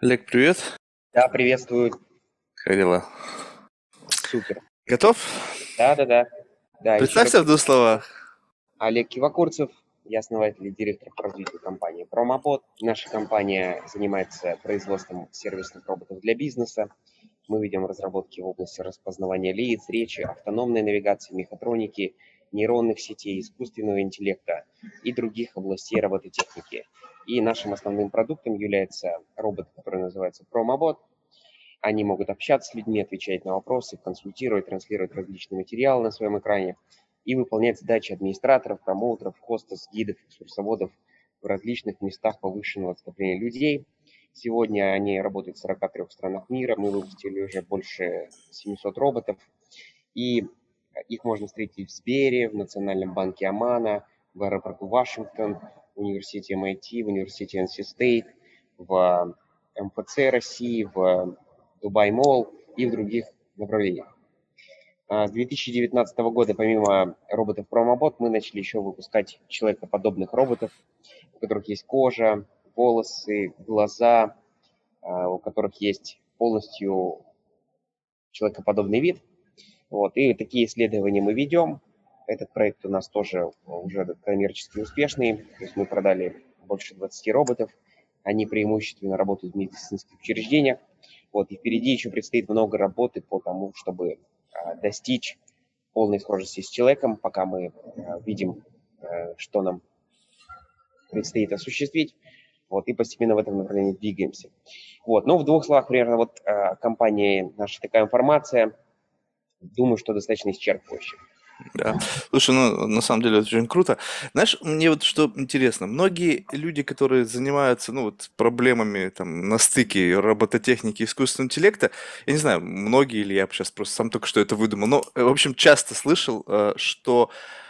Олег, привет. Да, приветствую. Как дела? Супер. Готов? Да-да-да. Да, еще раз Представься в двух словах. Олег Кивакурцев, я основатель и директор по развитию компании Pромopod. Наша компания занимается производством сервисных роботов для бизнеса. Мы ведем разработки в области распознавания лиц, речи, автономной навигации, мехатроники, нейронных сетей, искусственного интеллекта и других областей робототехники. И нашим основным продуктом является робот, который называется Promobot. Они могут общаться с людьми, отвечать на вопросы, консультировать, транслировать различные материалы на своем экране и выполнять задачи администраторов, промоутеров, хостес, гидов, экскурсоводов в различных местах повышенного скопления людей. Сегодня они работают в 43 странах мира. Мы выпустили уже больше 700 роботов. И их можно встретить в Сбере, в Национальном банке Омана, в аэропорту Вашингтон, в университете MIT, в университете NC State, в МФЦ России, в Дубай Молл и в других направлениях. С 2019 года, помимо роботов Promobot, мы начали еще выпускать человекоподобных роботов, у которых есть кожа, волосы, глаза, у которых есть полностью человекоподобный вид. Вот. И такие исследования мы ведем. Этот проект у нас тоже уже коммерчески успешный. То есть мы продали больше 20 роботов. Они преимущественно работают в медицинских учреждениях. Вот. И впереди еще предстоит много работы по тому, чтобы достичь полной схожести с человеком, пока мы видим, что нам предстоит осуществить. Вот, и постепенно в этом направлении двигаемся. Вот. Ну, в двух словах, примерно, вот компания наша такая информация. Думаю, что достаточно исчерпывающе. Да. Слушай, ну, на самом деле, это очень круто. Знаешь, мне вот что интересно. Многие люди, которые занимаются, ну, вот, проблемами там на стыке робототехники и искусственного интеллекта, я не знаю, многие или я сейчас просто сам только что это выдумал, но, в общем, часто слышал, что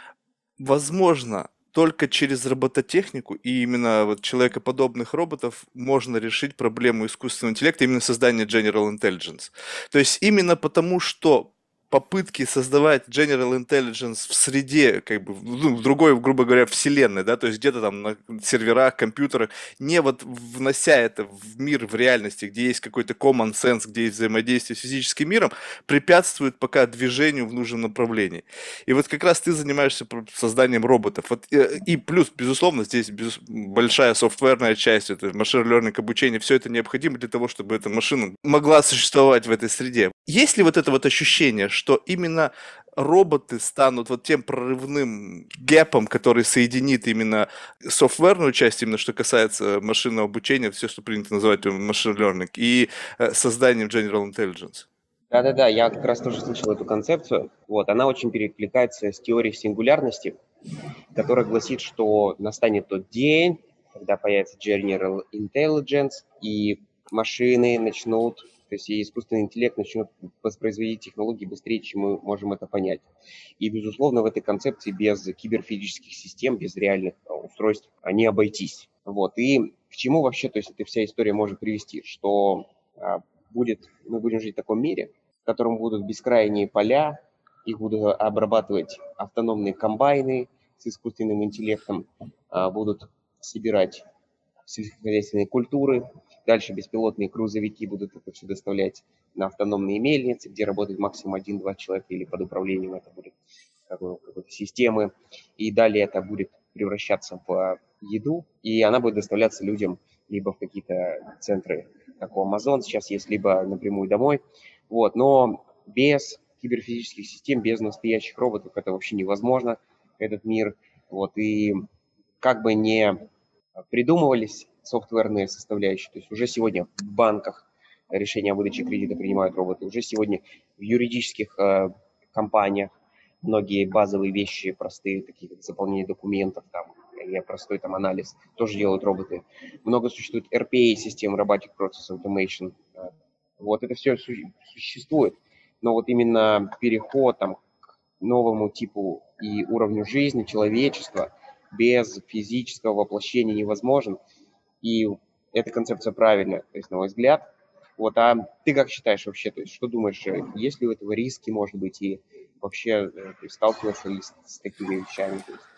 возможно, только через робототехнику и именно вот человекоподобных роботов можно решить проблему искусственного интеллекта, именно создание General Intelligence. То есть именно потому, что попытки создавать General Intelligence в среде, как бы, ну, в другой, грубо говоря, вселенной, да, то есть где-то там на серверах, компьютерах, не вот внося это в мир, в реальности, где есть какой-то common sense, где есть взаимодействие с физическим миром, препятствует пока движению в нужном направлении. И вот как раз ты занимаешься созданием роботов. Вот, и плюс, безусловно, здесь большая софтверная часть, это машин learning обучение, все это необходимо для того, чтобы эта машина могла существовать в этой среде. Есть ли вот это вот ощущение, что именно роботы станут вот тем прорывным гэпом, который соединит именно софтверную часть, именно что касается машинного обучения, все, что принято называть machine learning, и созданием General Intelligence? Да-да-да, я как раз тоже слышал эту концепцию. Вот, она очень перекликается с теорией сингулярности, которая гласит, что настанет тот день, когда появится General Intelligence, и машины начнут, то есть и искусственный интеллект начнет воспроизводить технологии быстрее, чем мы можем это понять. И, безусловно, в этой концепции без киберфизических систем, без реальных устройств не обойтись. Вот. И к чему вообще, то есть эта вся история может привести, что мы будем жить в таком мире, в котором будут бескрайние поля, их будут обрабатывать автономные комбайны с искусственным интеллектом, будут собирать сельскохозяйственные культуры, дальше беспилотные грузовики будут это все доставлять на автономные мельницы, где работает максимум один-два человека, или под управлением это будет какой-то системы, и далее это будет превращаться в еду, и она будет доставляться людям либо в какие-то центры, как у Amazon сейчас есть, либо напрямую домой. Вот. Но без киберфизических систем, без настоящих роботов это вообще невозможно, этот мир. Вот. И как бы не придумывались софтверные составляющие, то есть уже сегодня в банках решения о выдаче кредита принимают роботы, уже сегодня в юридических компаниях многие базовые вещи простые, такие как заполнение документов там, или простой там анализ, тоже делают роботы. Много существует RPA-систем, Robotic Process Automation. Вот это все существует. Но вот именно переход там, к новому типу и уровню жизни человечества без физического воплощения невозможен. И эта концепция правильная, то есть, на мой взгляд. Вот, а ты как считаешь вообще, то есть, что думаешь, есть ли у этого риски, может быть, и вообще ты сталкивался ли с такими вещами? То есть?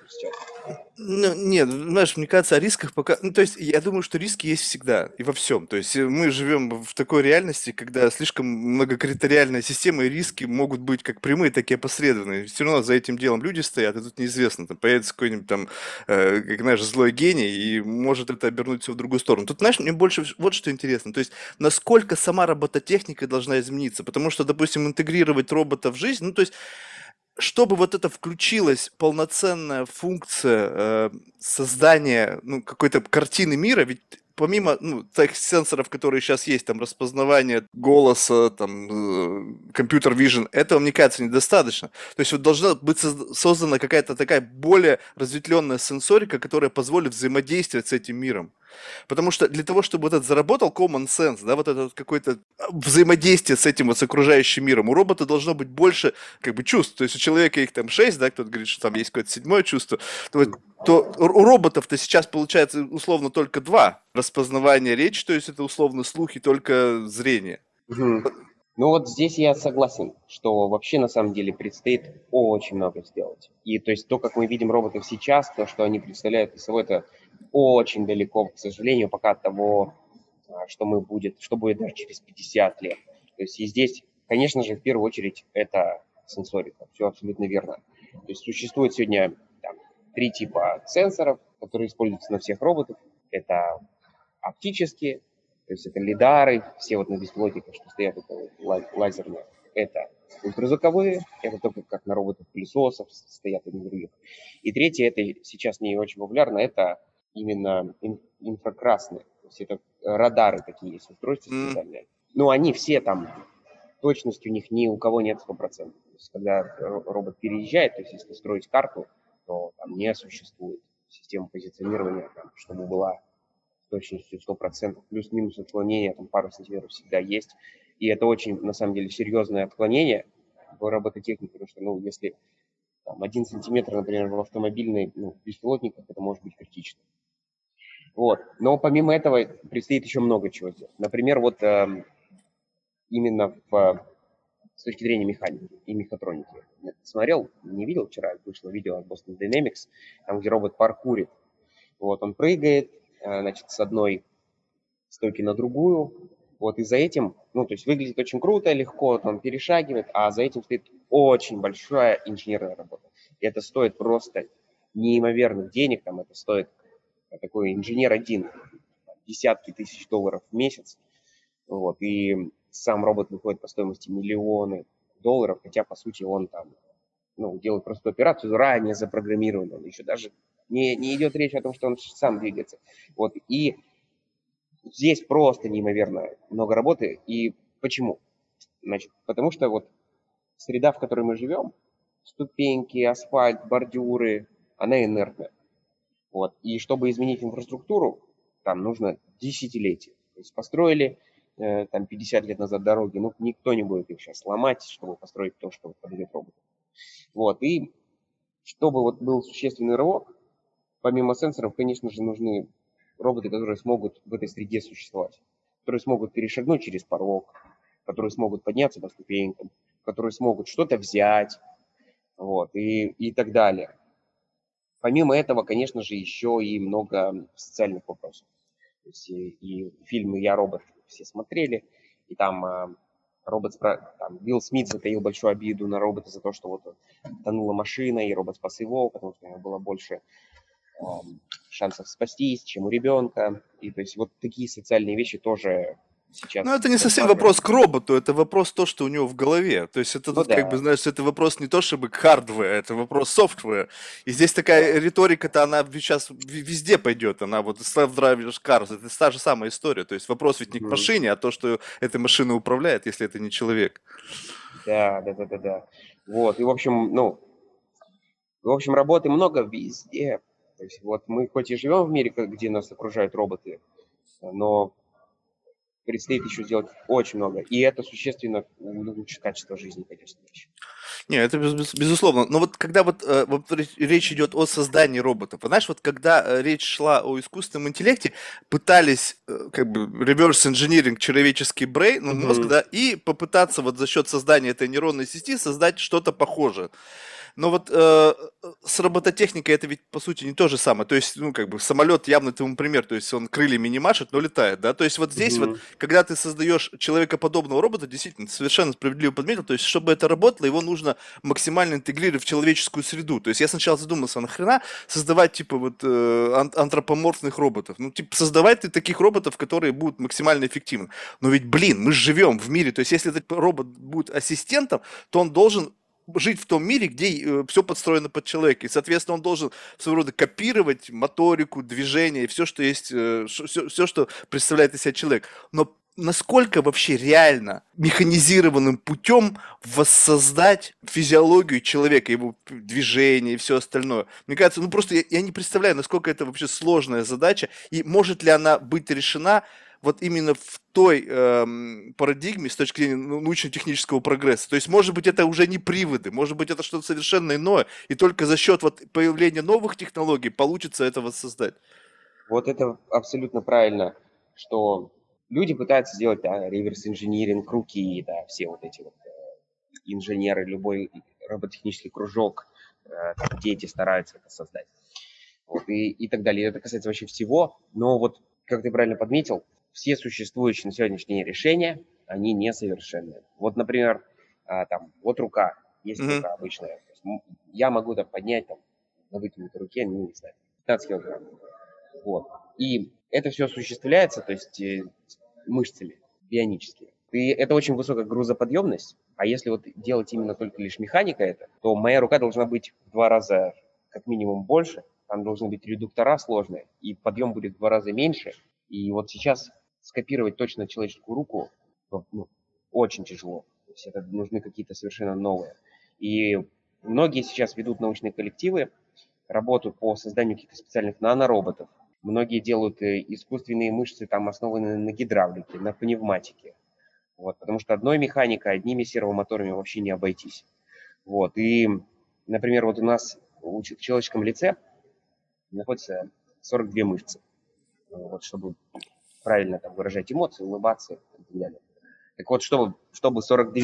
растет. Ну, нет, знаешь, мне кажется, о рисках пока... Ну, то есть, я думаю, что риски есть всегда и во всем. То есть, мы живем в такой реальности, когда слишком многокритериальная система, и риски могут быть как прямые, так и опосредованные. Все равно за этим делом люди стоят, и тут неизвестно, там появится какой-нибудь там, как знаешь, злой гений, и может это обернуть все в другую сторону. Тут, знаешь, мне больше вот что интересно. То есть, насколько сама робототехника должна измениться. Потому что, допустим, интегрировать робота в жизнь, ну, то есть, чтобы вот это включилась полноценная функция создания ну, какой-то картины мира, ведь помимо ну, тех сенсоров, которые сейчас есть, там распознавание голоса, там компьютер vision, этого, мне кажется, недостаточно. То есть вот должна быть создана какая-то такая более разветвленная сенсорика, которая позволит взаимодействовать с этим миром. Потому что для того, чтобы вот этот заработал common sense, да, вот это вот какое-то взаимодействие с этим вот с окружающим миром, у робота должно быть больше как бы чувств. То есть у человека их там 6, да, кто-то говорит, что там есть какое-то седьмое чувство, то, вот, то у роботов-то сейчас получается условно только два. Распознавание речи, то есть это условно слух и только зрение. Мгм. Ну вот здесь я согласен, что вообще на самом деле предстоит очень много сделать. И то есть то, как мы видим роботов сейчас, то, что они представляют из собой, это очень далеко, к сожалению, пока от того, что будет даже через 50 лет. То есть и здесь, конечно же, в первую очередь это сенсорика. Все абсолютно верно. То есть существует сегодня там, 3 типа сенсоров, которые используются на всех роботах. Это оптические, то есть это лидары, все вот на беспилотниках, что стоят, это лазерные. Это ультразвуковые, это только как на роботах-пылесосов стоят и на других. И третье, это сейчас не очень популярно, это именно инфракрасные. То есть это радары такие есть, устройства М, специальные. Но они все там, точность у них ни у кого нет 100%. То есть когда робот переезжает, то есть если строить карту, то там не существует системы позиционирования, там, чтобы была точностью 100%, плюс-минус отклонение, там пару сантиметров всегда есть. И это очень, на самом деле, серьезное отклонение в робототехнике, потому что, ну, если там, 1 сантиметр, например, в автомобильной, ну, беспилотниках, это может быть критично. Вот. Но помимо этого предстоит еще много чего сделать. Например, вот именно с точки зрения механики и мехатроники. Смотрел, не видел вчера, вышло видео от Boston Dynamics, там, где робот паркурит. Вот, он прыгает, значит, с одной стойки на другую. Вот, и за этим, ну, то есть выглядит очень круто, легко, он перешагивает, а за этим стоит очень большая инженерная работа. И это стоит просто неимоверных денег, там это стоит такой инженер один, десятки тысяч долларов в месяц. Вот, и сам робот выходит по стоимости миллионы долларов, хотя, по сути, он там, ну, делает простую операцию, ранее запрограммирован, он еще даже не идет речь о том, что он сам двигается. Вот, и здесь просто неимоверно много работы. И почему? Значит, потому что вот среда, в которой мы живем, ступеньки, асфальт, бордюры, она инертная. Вот. И чтобы изменить инфраструктуру, там нужно десятилетия. То есть построили там 50 лет назад дороги, ну никто не будет их сейчас ломать, чтобы построить то, что подойдет роботу. Вот. И чтобы вот был существенный рывок, помимо сенсоров, конечно же, нужны роботы, которые смогут в этой среде существовать, которые смогут перешагнуть через порог, которые смогут подняться по ступенькам, которые смогут что-то взять, вот, и так далее. Помимо этого, конечно же, еще и много социальных вопросов. То есть и фильмы «Я робот» все смотрели, и там там Билл Смит затаил большую обиду на робота за то, что вот тонула машина, и робот спас его, потому что у него было больше шансов спастись, чем у ребенка. И то есть вот такие социальные вещи тоже Ну, сейчас это не совсем рассматривают. вопрос к роботу, это вопрос то, что у него в голове. То есть это Ну тут, как бы, да, знаешь, это вопрос не то чтобы к hardware, это вопрос software. И здесь такая да. риторика-то, она сейчас везде пойдет. Она вот self-driving cars, это та же самая история. То есть вопрос ведь не к Мгм. машине, а то, что эта машина управляет, если это не человек. Да, да, да, да, да. Вот, и в общем, ну, в общем, работы много везде. То есть вот мы хоть и живем в мире, где нас окружают роботы, но предстоит еще сделать очень много. И это существенно улучшит качество жизни, конечно. Еще. Не, это безусловно. Но вот когда вот речь идет о создании роботов, знаешь, вот когда речь шла о искусственном интеллекте, пытались как бы reverse engineering человеческий брейн, ну, мозг, Мгм. да, и попытаться вот за счет создания этой нейронной сети создать что-то похожее. Но вот с робототехникой это ведь по сути не то же самое. То есть, ну, как бы самолет явно тому пример. То есть он крыльями не машет, но летает, да. То есть вот здесь вот, Мгм. когда ты создаешь человекоподобного робота, действительно, ты совершенно справедливо подметил, то есть чтобы это работало, его нужно максимально интегрировать в человеческую среду. То есть я сначала задумался, нахрена создавать типа вот антропоморфных роботов? Ну, типа создавать ты таких роботов, которые будут максимально эффективны. Но ведь, блин, мы же живем в мире. То есть если этот робот будет ассистентом, то он должен жить в том мире, где все подстроено под человека. И, соответственно, он должен своего рода копировать моторику, движение, все, что есть, все, что представляет из себя человек. Но насколько вообще реально механизированным путем воссоздать физиологию человека, его движение и все остальное. Мне кажется, ну просто я не представляю, насколько это вообще сложная задача, и может ли она быть решена вот именно в той парадигме с точки зрения научно-технического прогресса. То есть, может быть, это уже не приводы, может быть, это что-то совершенно иное, и только за счет вот появления новых технологий получится это воссоздать. Вот это абсолютно правильно, что люди пытаются сделать, да, реверс-инжиниринг руки, да, все вот эти вот инженеры, любой робототехнический кружок, там дети стараются это создать. Вот, и так далее. Это касается вообще всего. Но вот, как ты правильно подметил, все существующие на сегодняшний день решения, они несовершенны. Вот, например, там, вот рука, есть Мгм. рука обычная. То есть я могу там поднять там, на вытянутой руке, ну, не знаю, 15 килограмм. Вот. И это все осуществляется, то есть мышцами бионическими. И это очень высокая грузоподъемность. А если вот делать именно только лишь механика это, то моя рука должна быть в 2 раза как минимум больше, там должны быть редуктора сложные, и подъем будет в 2 раза меньше. И вот сейчас скопировать точно человеческую руку ну, очень тяжело. То есть это нужны какие-то совершенно новые. И многие сейчас ведут научные коллективы, работают по созданию каких-то специальных нанороботов. Многие делают искусственные мышцы, там основанные на гидравлике, на пневматике. Вот, потому что одной механикой, одними сервомоторами вообще не обойтись. Вот, и, например, вот у нас в человеческом лице находится 42 мышцы, вот, чтобы правильно там выражать эмоции, улыбаться и так далее. Так вот, чтобы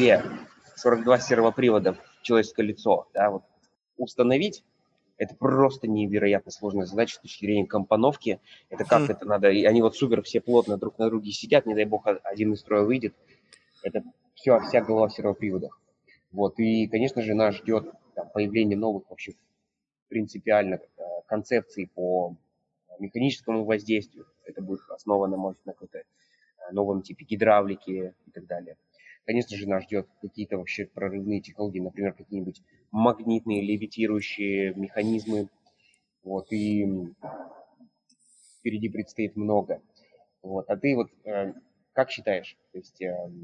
42 сервопривода в человеческое лицо, да, вот, установить, это просто невероятно сложная задача с точки зрения компоновки. Это Хм. как это надо, и они вот супер все плотно друг на друге сидят, не дай бог один из строя выйдет. Это все, вся голова в сервоприводах. Вот, и, конечно же, нас ждет там, появление новых вообще принципиально концепций по механическому воздействию. Это будет основано, может, на какой-то новом типе гидравлики и так далее. Конечно же, нас ждет какие-то вообще прорывные технологии, например, какие-нибудь магнитные левитирующие механизмы. Вот, и впереди предстоит много. Вот, а ты вот как считаешь? То есть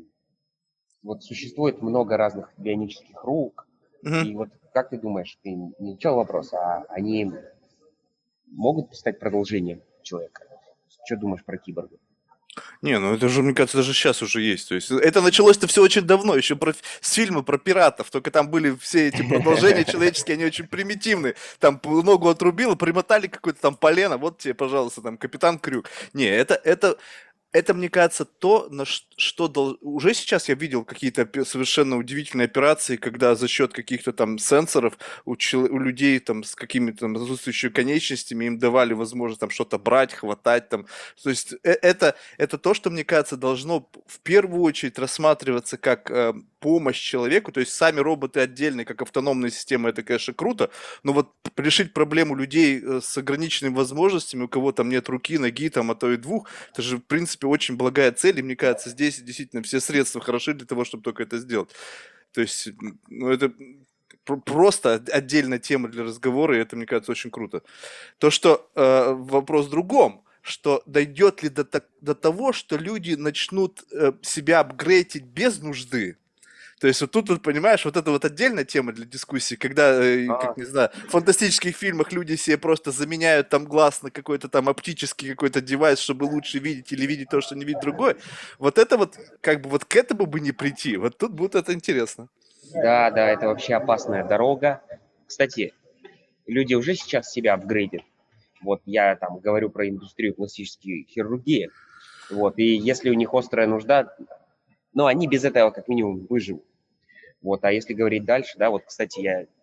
вот существует много разных бионических рук, Мгм. и вот как ты думаешь, ты не изучал вопрос, а они могут стать продолжением человека? Что думаешь про киборга? Не, ну это же, мне кажется, даже сейчас уже есть. То есть это началось-то все очень давно, еще с фильма про пиратов. Только там были все эти продолжения человеческие, они очень примитивные. Там ногу отрубило, примотали какое-то там полено, вот тебе, пожалуйста, там капитан Крюк. Не, это, мне кажется, то, что уже сейчас я видел какие-то совершенно удивительные операции, когда за счет каких-то там сенсоров у людей там с какими-то там отсутствующими конечностями им давали возможность там что-то брать, хватать там. То есть это то, что, мне кажется, должно в первую очередь рассматриваться как помощь человеку. То есть сами роботы отдельные, как автономные системы, это, конечно, круто, но вот решить проблему людей с ограниченными возможностями, у кого там нет руки, ноги, там, а то и двух, это же, в принципе, очень благая цель, и мне кажется, здесь действительно все средства хороши для того, чтобы только это сделать. То есть, ну, это просто отдельная тема для разговора, и это, мне кажется, очень круто. То, что вопрос в другом, что дойдет ли до того, что люди начнут себя апгрейдить без нужды, то есть вот тут, вот, понимаешь, вот это вот отдельная тема для дискуссии, когда, как А, не знаю, в фантастических фильмах люди себе просто заменяют там глаз на какой-то там оптический какой-то девайс, чтобы лучше видеть или видеть то, что не видит другой. Вот это вот, как бы вот к этому бы не прийти. Вот тут будет это интересно. да, да, это вообще опасная дорога. Кстати, люди уже сейчас себя апгрейдят. Вот я там говорю про индустрию пластической хирургии. Вот, и если у них острая нужда, ну, они без этого как минимум выживут. Вот, а если говорить дальше, да, вот, кстати, я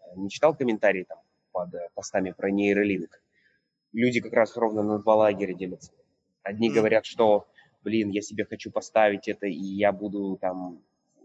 не читал комментарии там под постами про нейролинк? Люди как раз ровно на два лагеря делятся. Одни говорят, что, блин, я себе хочу поставить это, и я буду там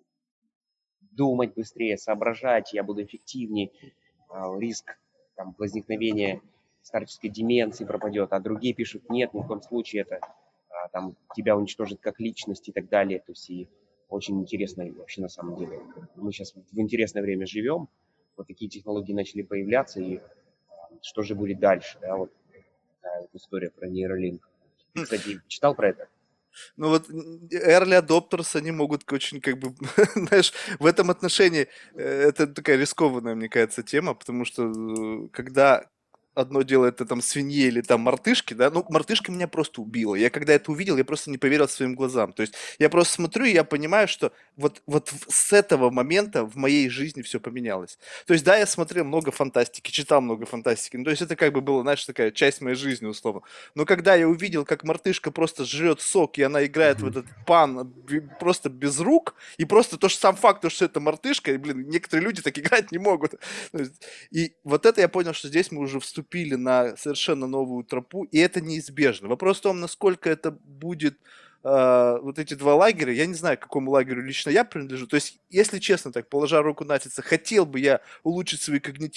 думать быстрее, соображать, я буду эффективнее, риск там, возникновения старческой деменции пропадет, а другие пишут, нет, ни в коем случае это там, тебя уничтожит как личность и так далее. То есть и очень интересно вообще на самом деле. Мы сейчас в интересное время живем, вот такие технологии начали появляться, и что же будет дальше, да, вот такая вот история про нейролинк. Ты, кстати, читал про это? Ну вот early adopters, они могут очень как бы, знаешь, в этом отношении это такая рискованная, мне кажется, тема, потому что когда одно дело это там свиньи или там мартышки, да, ну мартышка меня просто убила. Я когда это увидел, я просто не поверил своим глазам. То есть я просто смотрю и я понимаю, что вот с этого момента в моей жизни все поменялось. То есть да, я смотрел много фантастики, читал много фантастики, ну, то есть это как бы было, знаешь, такая часть моей жизни условно. Но когда я увидел, как мартышка просто жрет сок, и она играет в этот пан просто без рук, и просто то, что сам факт, то, что это мартышка, и, блин, некоторые люди так играть не могут. И вот это я понял, что здесь мы уже вступили на совершенно новую тропу, и это неизбежно. Вопрос в том, насколько это будет вот эти два лагеря, я не знаю, к какому лагерю лично я принадлежу. То есть, если честно, так, положа руку на сердце, хотел бы я улучшить свои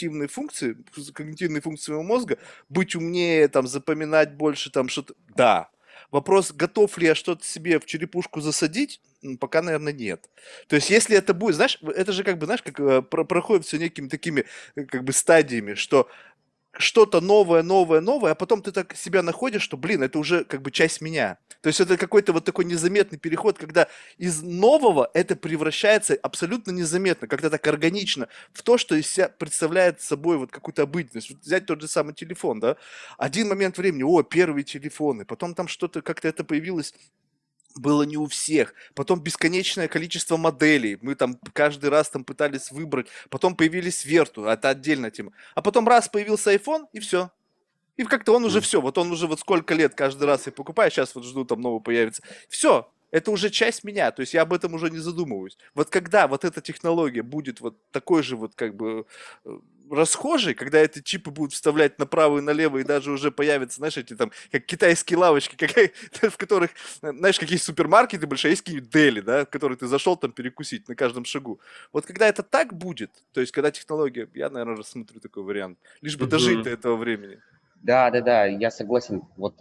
когнитивные функции своего мозга, быть умнее, там, запоминать больше, там, что-то. Да. Вопрос, готов ли я что-то себе в черепушку засадить, пока, наверное, нет. То есть, если это будет, знаешь, это же как бы, знаешь, как проходит все некими такими, как бы, стадиями, что что-то новое, новое, новое, а потом ты так себя находишь, что, блин, это уже как бы часть меня. То есть это какой-то вот такой незаметный переход, когда из нового это превращается абсолютно незаметно, как-то так органично в то, что из себя представляет собой вот какую-то обыденность. Вот взять тот же самый телефон, да, один момент времени, о, первые телефоны, потом там что-то, как-то это появилось было не у всех. Потом бесконечное количество моделей. Мы там каждый раз там пытались выбрать. Потом появились Верту, это отдельная тема. А потом раз появился iPhone, и все. И как-то он уже все. Вот он уже вот сколько лет каждый раз я покупаю, сейчас вот жду, там новый появится. Все. Это уже часть меня, то есть я об этом уже не задумываюсь. Вот когда вот эта технология будет вот такой же вот как бы расхожей, когда эти чипы будут вставлять направо и налево, и даже уже появятся, знаешь, эти там, как китайские лавочки, в которых, знаешь, какие супермаркеты большие, есть какие-нибудь дели, да, в которые ты зашел там перекусить на каждом шагу. Вот когда это так будет, то есть когда технология, я, наверное, рассмотрю такой вариант, лишь бы дожить до этого времени. Да, да, да, я согласен. Вот,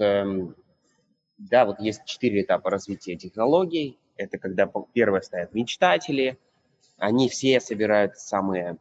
да, вот есть 4 этапа развития технологий. Это когда первое стоят мечтатели, они все собирают самые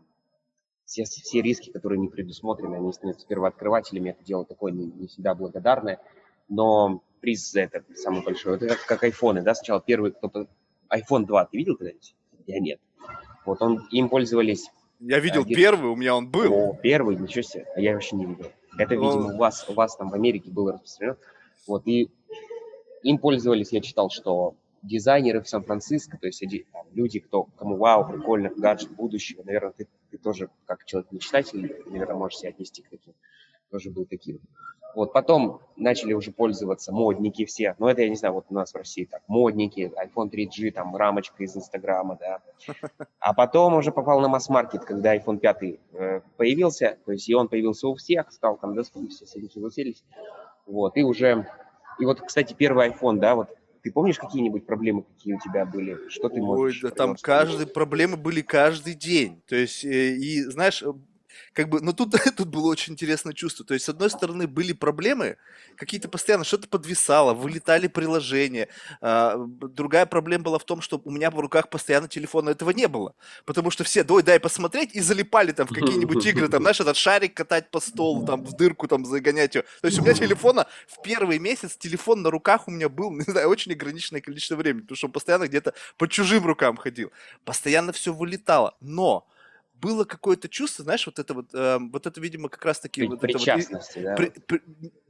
все риски, которые не предусмотрены, они становятся первооткрывателями. Это дело такое не всегда благодарное, но приз за это самый большой. Вот это как айфоны, да, сначала первый кто-то... iPhone 2 ты видел когда-нибудь? Я нет. Вот им пользовались... Я видел первый, у меня он был. О, первый, ничего себе, а я вообще не видел. Это, видимо, у вас там в Америке было распространено. Вот, и им пользовались, я читал, что дизайнеры в Сан-Франциско, то есть там, люди, кому вау, прикольно, гаджет будущего, наверное, ты тоже, как человек-мечтатель, наверное, можешь себя отнести к таким, тоже был таким. Вот, потом начали уже пользоваться модники все, но это, я не знаю, вот у нас в России так, модники, iPhone 3G, там, рамочка из Инстаграма, да. А потом уже попал на масс-маркет, когда iPhone 5 появился, то есть и он появился у всех, стал там доступен, все согласились, вот, и уже... И вот, кстати, первый iPhone, да, вот ты помнишь какие-нибудь проблемы, какие у тебя были? Что ты Ой, можешь да про него там вспомнить? проблемы были каждый день. То есть, и знаешь, как бы, ну тут, тут было очень интересное чувство. То есть, с одной стороны, были проблемы, какие-то постоянно что-то подвисало, вылетали приложения. Другая проблема была в том, что у меня в руках постоянно телефона этого не было. Потому что все, дай посмотреть, и залипали там в какие-нибудь игры, там, знаешь, этот шарик катать по столу, там, в дырку там загонять его. То есть, у меня телефона в первый месяц, телефон на руках у меня был, не знаю, очень ограниченное количество времени, потому что он постоянно где-то по чужим рукам ходил. Постоянно все вылетало. Но было какое-то чувство, знаешь, вот это, видимо, как раз-таки вот это вот Причастности, да? Вот.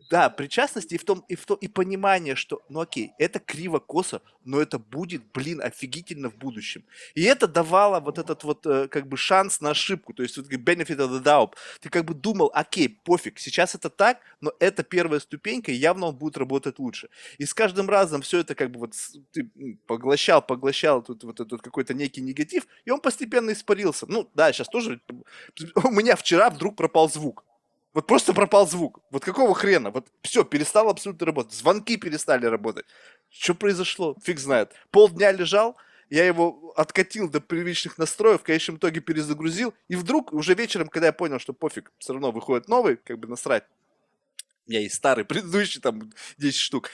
да, причастность и понимание, что, ну окей, это криво-косо, но это будет, блин, офигительно в будущем. И это давало вот этот вот как бы шанс на ошибку, то есть вот benefit of the doubt. Ты как бы думал, окей, пофиг, сейчас это так, но это первая ступенька, и явно он будет работать лучше. И с каждым разом все это как бы вот ты поглощал тут вот этот какой-то некий негатив, и он постепенно испарился. Ну да, сейчас тоже у меня вчера вдруг пропал звук. Вот просто пропал звук. Вот какого хрена? Вот все, перестал абсолютно работать. Звонки перестали работать. Что произошло? Фиг знает. Полдня лежал, я его откатил до привычных настроев, в конечном итоге перезагрузил, и вдруг уже вечером, когда я понял, что пофиг, все равно выходит новый, как бы насрать, у меня есть старый, предыдущий, там, 10 штук,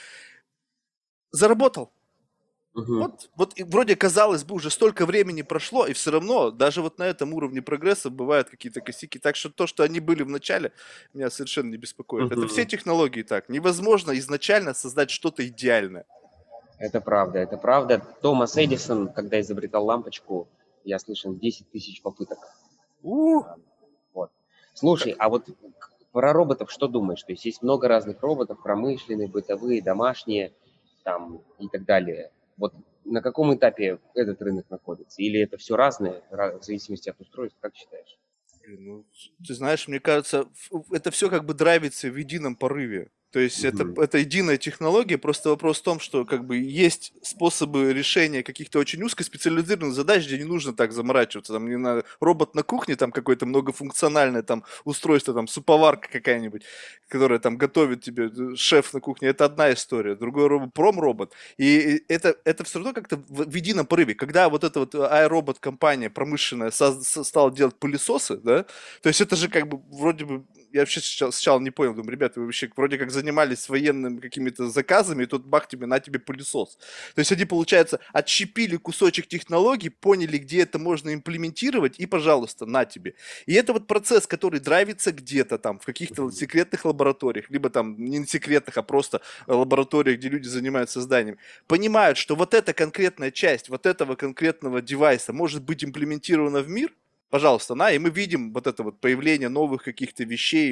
заработал. Мгм. Вот и вроде казалось бы, уже столько времени прошло, и все равно даже вот на этом уровне прогресса бывают какие-то косяки. Так что то, что они были в начале, меня совершенно не беспокоит. Это все Мгм. технологии так. Невозможно изначально создать что-то идеальное. Это правда, это правда. Томас Эдисон, когда изобретал лампочку, я слышал 10 тысяч попыток. У, А, Вот. Слушай, а вот про роботов что думаешь? То есть есть много разных роботов, промышленные, бытовые, домашние, там и так далее. Вот на каком этапе этот рынок находится? Или это все разное, в зависимости от устройств, как считаешь? Блин, ну, ты знаешь, мне кажется, это все как бы драйвится в едином порыве. То есть это, Мгм. это единая технология, просто вопрос в том, что как бы есть способы решения каких-то очень узкоспециализированных задач, где не нужно так заморачиваться. Там не надо робот на кухне, там какое-то многофункциональное там устройство, там суповарка какая-нибудь, которая там готовит тебе шеф на кухне. Это одна история. Другой робот, промробот. И это все равно как-то в едином порыве. Когда вот эта вот iRobot компания промышленная стала делать пылесосы, да, то есть это же как бы вроде бы, я вообще сначала не понял, думаю, ребята, вы вообще вроде как занимались военными какими-то заказами, и тут бах тебе, на тебе пылесос. То есть они, получается, отщепили кусочек технологий, поняли, где это можно имплементировать, и, пожалуйста, на тебе. И это вот процесс, который драйвится где-то там, в каких-то Мгм. секретных лабораториях, либо там не секретных, а просто лабораториях, где люди занимаются созданием, понимают, что вот эта конкретная часть вот этого конкретного девайса может быть имплементирована в мир, пожалуйста, на, и мы видим вот это вот появление новых каких-то вещей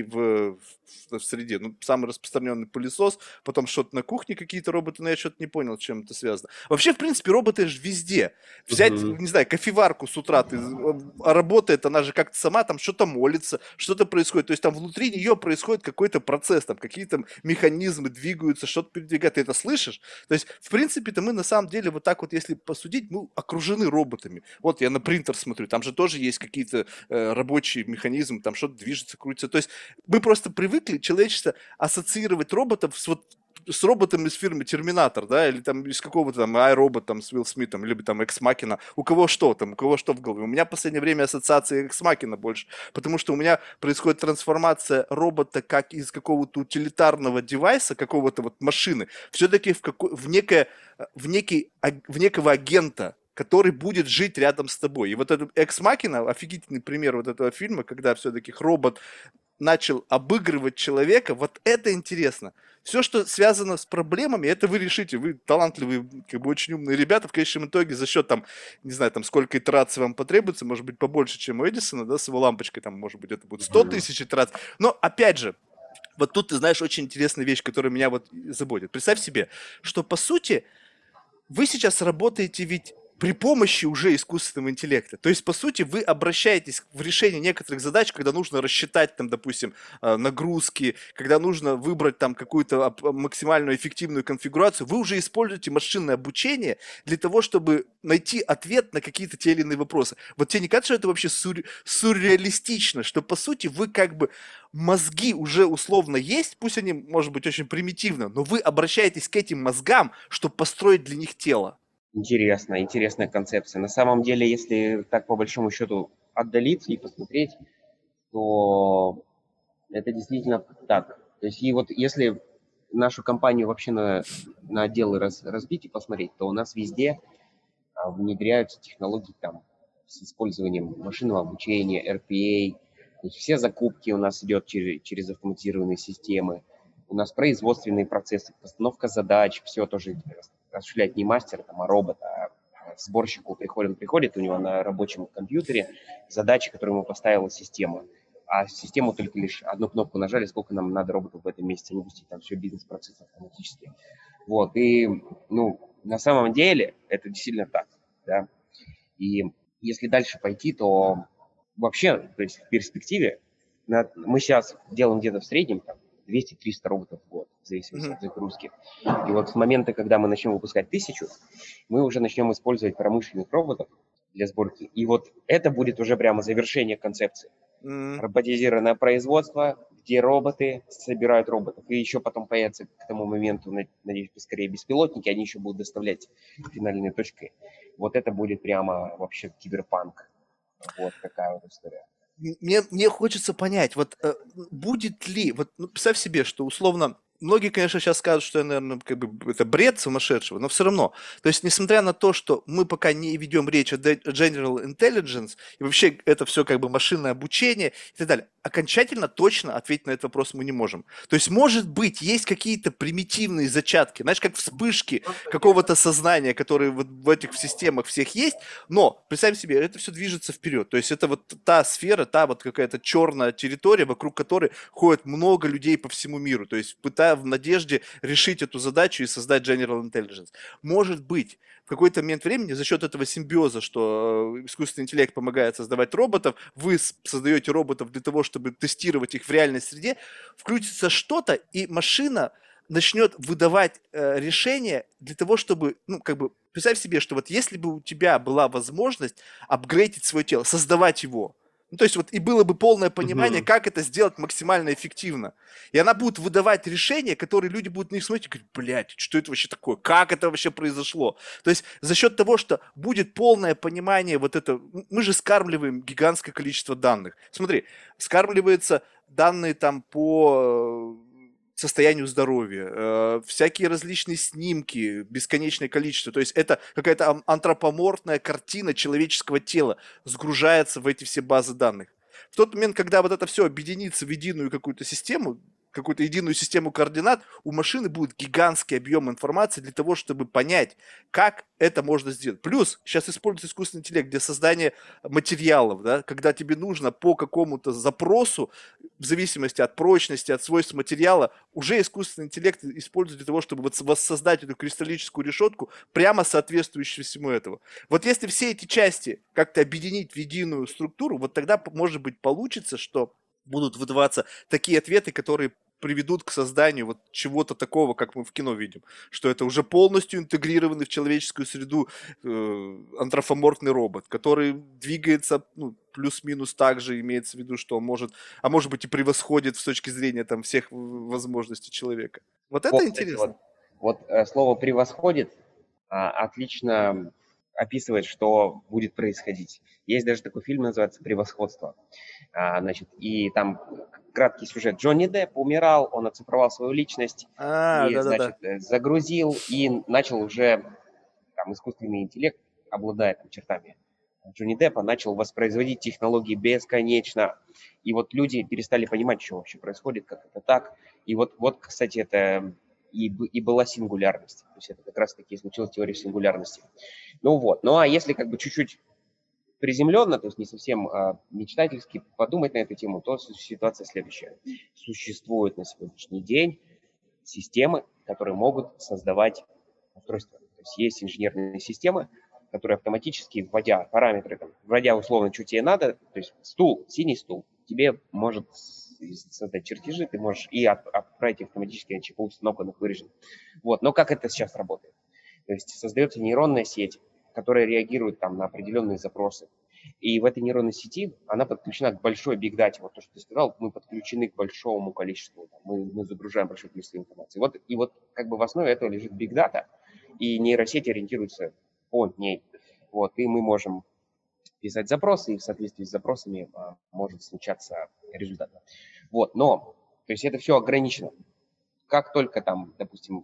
в среде. Ну, самый распространенный пылесос, потом что-то на кухне какие-то роботы, но я что-то не понял, чем это связано. Вообще, в принципе, роботы же везде. Взять, Мгм. не знаю, кофеварку с утра, работает, она же как-то сама там что-то молится, что-то происходит. То есть там внутри нее происходит какой-то процесс, там какие-то механизмы двигаются, что-то передвигают. Ты это слышишь? То есть, в принципе-то мы на самом деле вот так вот, если посудить, мы окружены роботами. Вот я на принтер смотрю, там же тоже есть какие-то рабочие механизмы, там что-то движется, крутится. То есть мы просто привыкли, человечество, ассоциировать роботов с роботом из фирмы Терминатор, да, или там из какого-то там iRobot там с Уилл Смитом, либо там Экс Макина. У кого что там, у кого что в голове. У меня в последнее время ассоциация Экс Макина больше, потому что у меня происходит трансформация робота как из какого-то утилитарного девайса, какого-то вот машины, все-таки в некого агента, который будет жить рядом с тобой. И вот этот Экс Макина, офигительный пример вот этого фильма, когда все-таки робот начал обыгрывать человека, вот это интересно. Все, что связано с проблемами, это вы решите. Вы талантливые, как бы очень умные ребята. В конечном итоге за счет там, не знаю, там сколько итераций вам потребуется, может быть, побольше, чем у Эдисона, да, с его лампочкой, там, может быть, это будет 100 Мгм. тысяч итераций. Но, опять же, вот тут, ты знаешь, очень интересная вещь, которая меня вот заботит. Представь себе, что, по сути, вы сейчас работаете ведь при помощи уже искусственного интеллекта. То есть, по сути, вы обращаетесь в решение некоторых задач, когда нужно рассчитать, там, допустим, нагрузки, когда нужно выбрать там какую-то максимальную эффективную конфигурацию, вы уже используете машинное обучение для того, чтобы найти ответ на какие-то те или иные вопросы. Вот тебе не кажется, что это вообще сюрреалистично, что, по сути, вы как бы мозги уже условно есть, пусть они, может быть, очень примитивно, но вы обращаетесь к этим мозгам, чтобы построить для них тело. Интересно, интересная концепция. На самом деле, если так по большому счету отдалиться и посмотреть, то это действительно так. То есть, и вот если нашу компанию вообще на отделы разбить и посмотреть, то у нас везде внедряются технологии там с использованием машинного обучения, RPA. То есть все закупки у нас идет через автоматизированные системы. У нас производственные процессы, постановка задач, все тоже осуществляет не мастер, там, а робот, сборщику приходит, у него на рабочем компьютере задачи, которые ему поставила система. а систему только лишь одну кнопку нажали, сколько нам надо роботов в этом месяце выпустить, там все бизнес-процессы автоматически. Вот, и, на самом деле это действительно так, да, и если дальше пойти, то вообще, то есть в перспективе, мы сейчас делаем где-то в среднем там, 200-300 роботов в год, в зависимости от загрузки. И вот с момента, когда мы начнем выпускать 1000, мы уже начнем использовать промышленных роботов для сборки. И вот это будет уже прямо завершение концепции. Роботизированное производство, где роботы собирают роботов. И еще потом появятся к тому моменту, надеюсь, скорее беспилотники, они еще будут доставлять финальной точкой. Вот это будет прямо вообще киберпанк. Вот такая вот история. Мне хочется понять, вот будет ли, вот представь себе, что условно, многие, конечно, сейчас скажут, что, наверное, как бы это бред сумасшедшего, но все равно. То есть, несмотря на то, что мы пока не ведем речь о General Intelligence, и вообще это все как бы машинное обучение и так далее, окончательно точно ответить на этот вопрос мы не можем. То есть, может быть, есть какие-то примитивные зачатки, знаешь, как вспышки какого-то сознания, которые вот в этих системах всех есть, но представь себе, это все движется вперед. То есть это вот та сфера, та вот какая-то черная территория, вокруг которой ходит много людей по всему миру. То есть пытая в надежде решить эту задачу и создать General Intelligence. Может быть, в какой-то момент времени за счет этого симбиоза, что искусственный интеллект помогает создавать роботов, вы создаете роботов для того, чтобы тестировать их в реальной среде, включится что-то, и машина начнет выдавать решения для того, чтобы, как бы, представь себе, что вот если бы у тебя была возможность апгрейдить свое тело, создавать его, то есть вот и было бы полное понимание, как это сделать максимально эффективно. И она будет выдавать решения, которые люди будут на них смотреть и говорить, блядь, что это вообще такое? Как это вообще произошло? То есть за счет того, что будет полное понимание вот это, мы же скармливаем гигантское количество данных. Смотри, скармливаются данные там по состоянию здоровья, всякие различные снимки, бесконечное количество. То есть это какая-то антропоморфная картина человеческого тела сгружается в эти все базы данных. В тот момент, когда вот это все объединится в единую какую-то систему, какую-то единую систему координат, у машины будет гигантский объем информации для того, чтобы понять, как это можно сделать. Плюс сейчас используется искусственный интеллект для создания материалов, да, когда тебе нужно по какому-то запросу, в зависимости от прочности, от свойств материала, уже искусственный интеллект использует для того, чтобы вот воссоздать эту кристаллическую решетку, прямо соответствующую всему этому. Вот если все эти части как-то объединить в единую структуру, вот тогда, может быть, получится, что будут выдаваться такие ответы, которые приведут к созданию вот чего-то такого, как мы в кино видим, что это уже полностью интегрированный в человеческую среду антропоморфный робот, который двигается плюс-минус так же, имеется в виду, что он может, а может быть и превосходит с точки зрения там всех возможностей человека. Вот Вот, это кстати, интересно. слово «превосходит» отлично описывает, что будет происходить. Есть даже такой фильм, называется «Превосходство». Значит, и там краткий сюжет. Джонни Депп умирал, он оцифровал свою личность и, Да-да-да. значит, загрузил и начал уже, там, искусственный интеллект, обладая там чертами Джонни Деппа, начал воспроизводить технологии бесконечно. И вот люди перестали понимать, что вообще происходит, как это так. И вот кстати, это и была сингулярность. То есть это как раз-таки случилась теория сингулярности. Ну а если как бы чуть-чуть приземленно, то есть не совсем мечтательски подумать на эту тему, то ситуация следующая. Существуют на сегодняшний день системы, которые могут создавать устройства. То есть инженерные системы, которые автоматически, вводя параметры, вводя условно, что тебе надо, то есть синий стул, тебе может создать чертежи, ты можешь и отправить автоматически на ЧПУ установку на твой режим. Вот. Но как это сейчас работает? То есть создается нейронная сеть, которая реагирует там на определенные запросы. И в этой нейронной сети она подключена к большой бигдате. Вот то, что ты сказал, мы подключены к большому количеству, мы загружаем большое количество информации. Вот как бы в основе этого лежит бигдата, и нейросеть ориентируется по ней. Вот, и мы можем писать запросы, и в соответствии с запросами может случаться результат. Вот, но, то есть это все ограничено. Как только там, допустим,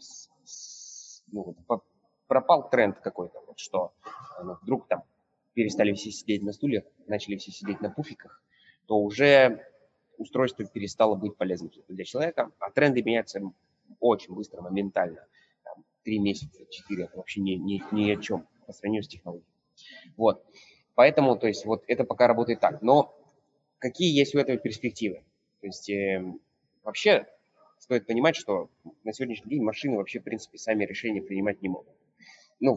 пропал тренд какой-то, вот что вдруг там перестали все сидеть на стульях, начали все сидеть на пуфиках, то уже устройство перестало быть полезным для человека, а тренды меняются очень быстро, моментально. Там, 3 месяца, 4, это вообще ни о чем по сравнению с технологией. Вот. Поэтому, то есть, вот это пока работает так. Но какие есть у этого перспективы? То есть вообще стоит понимать, что на сегодняшний день машины вообще, в принципе, сами решения принимать не могут. Ну,